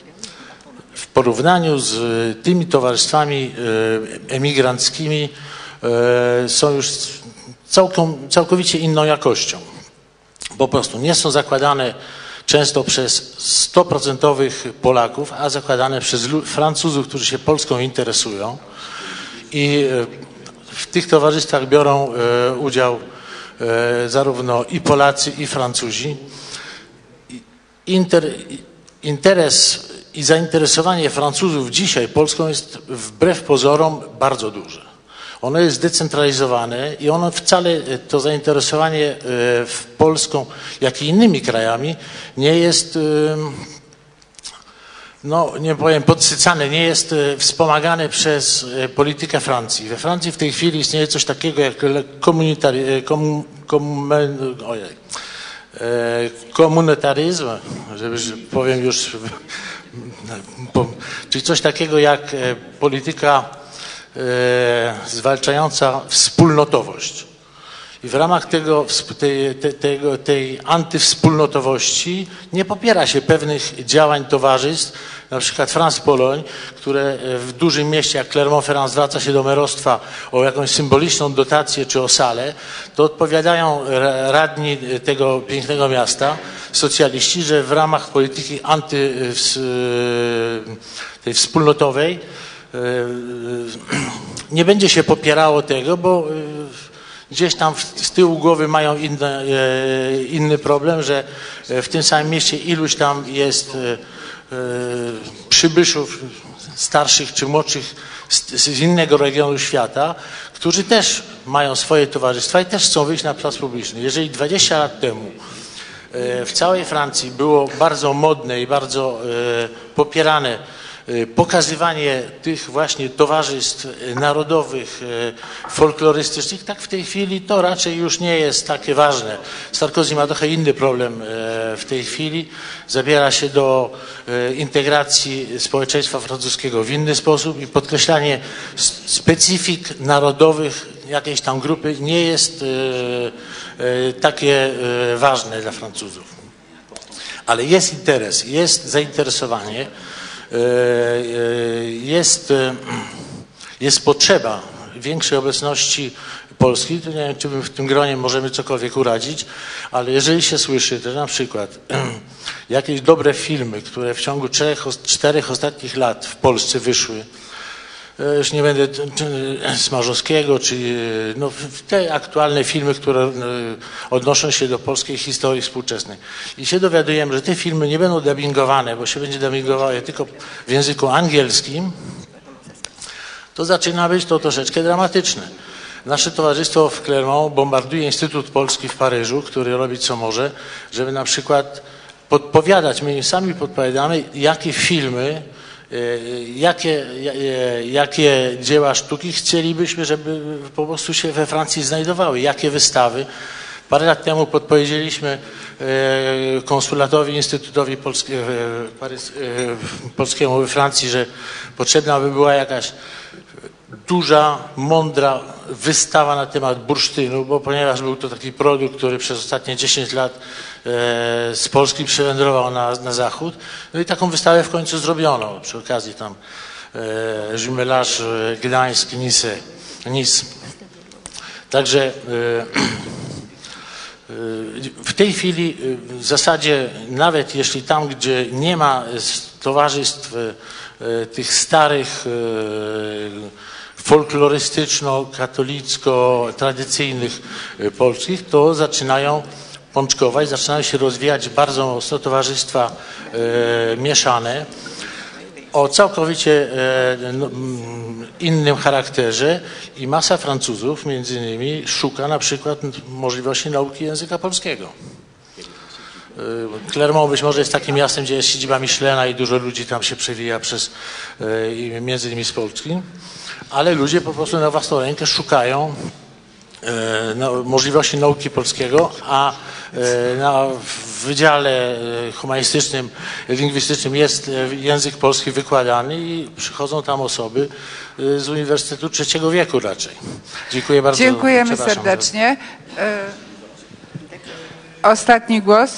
w porównaniu z tymi towarzystwami emigranckimi są już całką, całkowicie inną jakością. Po prostu nie są zakładane często przez stoprocentowych Polaków, a zakładane przez Francuzów, którzy się Polską interesują. I w tych towarzystwach biorą udział zarówno i Polacy, i Francuzi. Inter, interes i zainteresowanie Francuzów dzisiaj Polską jest wbrew pozorom bardzo duże. Ono jest zdecentralizowane i ono wcale, to zainteresowanie w Polską, jak i innymi krajami, nie jest, no nie powiem podsycane, nie jest wspomagane przez politykę Francji. We Francji w tej chwili istnieje coś takiego jak komunitari, kom, kom, ojej, komunitaryzm, żeby, powiem już, czyli coś takiego jak polityka zwalczająca wspólnotowość. I w ramach tego, tej, tej, tej antywspólnotowości nie popiera się pewnych działań towarzystw, na przykład France Pologne, które w dużym mieście jak Clermont-Ferrand zwraca się do merostwa o jakąś symboliczną dotację czy o salę, to odpowiadają radni tego pięknego miasta, socjaliści, że w ramach polityki anty tej wspólnotowej nie będzie się popierało tego, bo gdzieś tam z tyłu głowy mają inne, inny problem, że w tym samym mieście iluś tam jest przybyszów starszych czy młodszych z, z innego regionu świata, którzy też mają swoje towarzystwa i też chcą wyjść na plac publiczny. Jeżeli dwadzieścia lat temu w całej Francji było bardzo modne i bardzo popierane pokazywanie tych właśnie towarzystw narodowych, folklorystycznych, tak w tej chwili to raczej już nie jest takie ważne. Sarkozy ma trochę inny problem w tej chwili. Zabiera się do integracji społeczeństwa francuskiego w inny sposób i podkreślanie specyfik narodowych jakiejś tam grupy nie jest takie ważne dla Francuzów. Ale jest interes, jest zainteresowanie. Jest, jest potrzeba większej obecności Polski, to nie wiem, czy w tym gronie możemy cokolwiek uradzić, ale jeżeli się słyszy, że na przykład jakieś dobre filmy, które w ciągu czterech, czterech ostatnich lat w Polsce wyszły, już nie będę Smarzowskiego, czy no, te aktualne filmy, które odnoszą się do polskiej historii współczesnej. I się dowiadujemy, że te filmy nie będą dubbingowane, bo się będzie dubbingowało tylko w języku angielskim, to zaczyna być to troszeczkę dramatyczne. Nasze towarzystwo w Clermont bombarduje Instytut Polski w Paryżu, który robi co może, żeby na przykład podpowiadać, my sami podpowiadamy, jakie filmy, Jakie, jakie dzieła sztuki chcielibyśmy, żeby po prostu się we Francji znajdowały, jakie wystawy. Parę lat temu podpowiedzieliśmy konsulatowi Instytutowi Polskie, Polskiemu we Francji, że potrzebna by była jakaś duża, mądra wystawa na temat bursztynu, bo ponieważ był to taki produkt, który przez ostatnie dziesięć lat z Polski przewędrował na, na zachód. No i taką wystawę w końcu zrobiono. Przy okazji tam jumelage Gdańsk, Nice, Nice. Także w tej chwili w zasadzie nawet jeśli tam, gdzie nie ma towarzystw tych starych folklorystyczno-katolicko-tradycyjnych polskich, to zaczynają pączkować, zaczynają się rozwijać bardzo mocno towarzystwa e, mieszane o całkowicie e, no, innym charakterze i masa Francuzów między innymi szuka na przykład możliwości nauki języka polskiego. Clermont być może jest takim miastem, gdzie jest siedziba Michelina i dużo ludzi tam się przewija przez, e, między innymi z Polski, ale ludzie po prostu na własną rękę szukają No, możliwości nauki polskiego, a na Wydziale Humanistycznym, Lingwistycznym jest język polski wykładany i przychodzą tam osoby z Uniwersytetu trzeciego wieku raczej. Dziękuję bardzo. Dziękujemy serdecznie. Ostatni głos.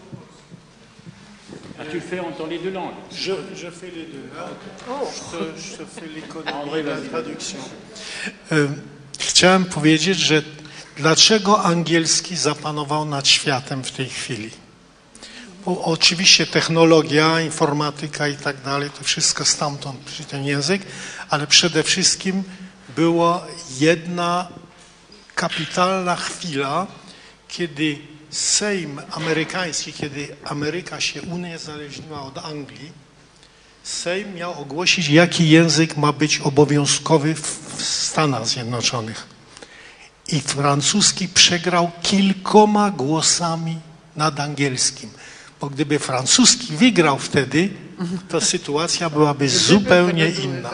Tu fais entendre les deux langues. Je, je fais les deux. Oh. Je, je fais l'économie de la traduction. Chciałem powiedzieć, że dlaczego angielski zapanował nad światem w tej chwili? Bo oczywiście technologia, informatyka i tak dalej, to wszystko stamtąd przy ten język, ale przede wszystkim była jedna kapitalna chwila, kiedy Sejm amerykański, kiedy Ameryka się uniezależniła od Anglii, Sejm miał ogłosić, jaki język ma być obowiązkowy w Stanach Zjednoczonych. I francuski przegrał kilkoma głosami nad angielskim. Bo gdyby francuski wygrał wtedy, to sytuacja byłaby zupełnie inna.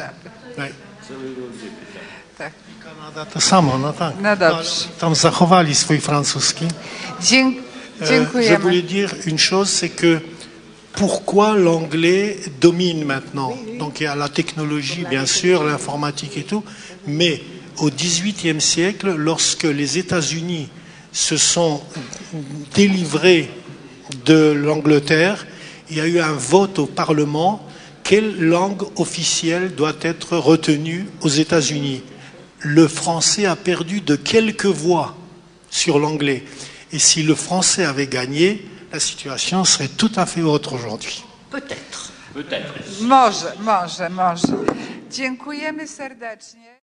Tak. Kanada to samo, no tak. No dobrze. Tam zachowali swój francuski. Dziękujemy. Je voulais dire une chose, c'est que pourquoi l'anglais domine maintenant? Donc il y a la technologie, bien sûr, l'informatique et tout, mais au dix-huitième siècle, lorsque les États-Unis se sont délivrés de l'Angleterre, il y a eu un vote au Parlement, quelle langue officielle doit être retenue aux États-Unis? Le français a perdu de quelques voix sur l'anglais. Et si le français avait gagné, la situation serait tout à fait autre aujourd'hui. Peut-être. Peut-être. Może, może, może. Dziękujemy serdecznie.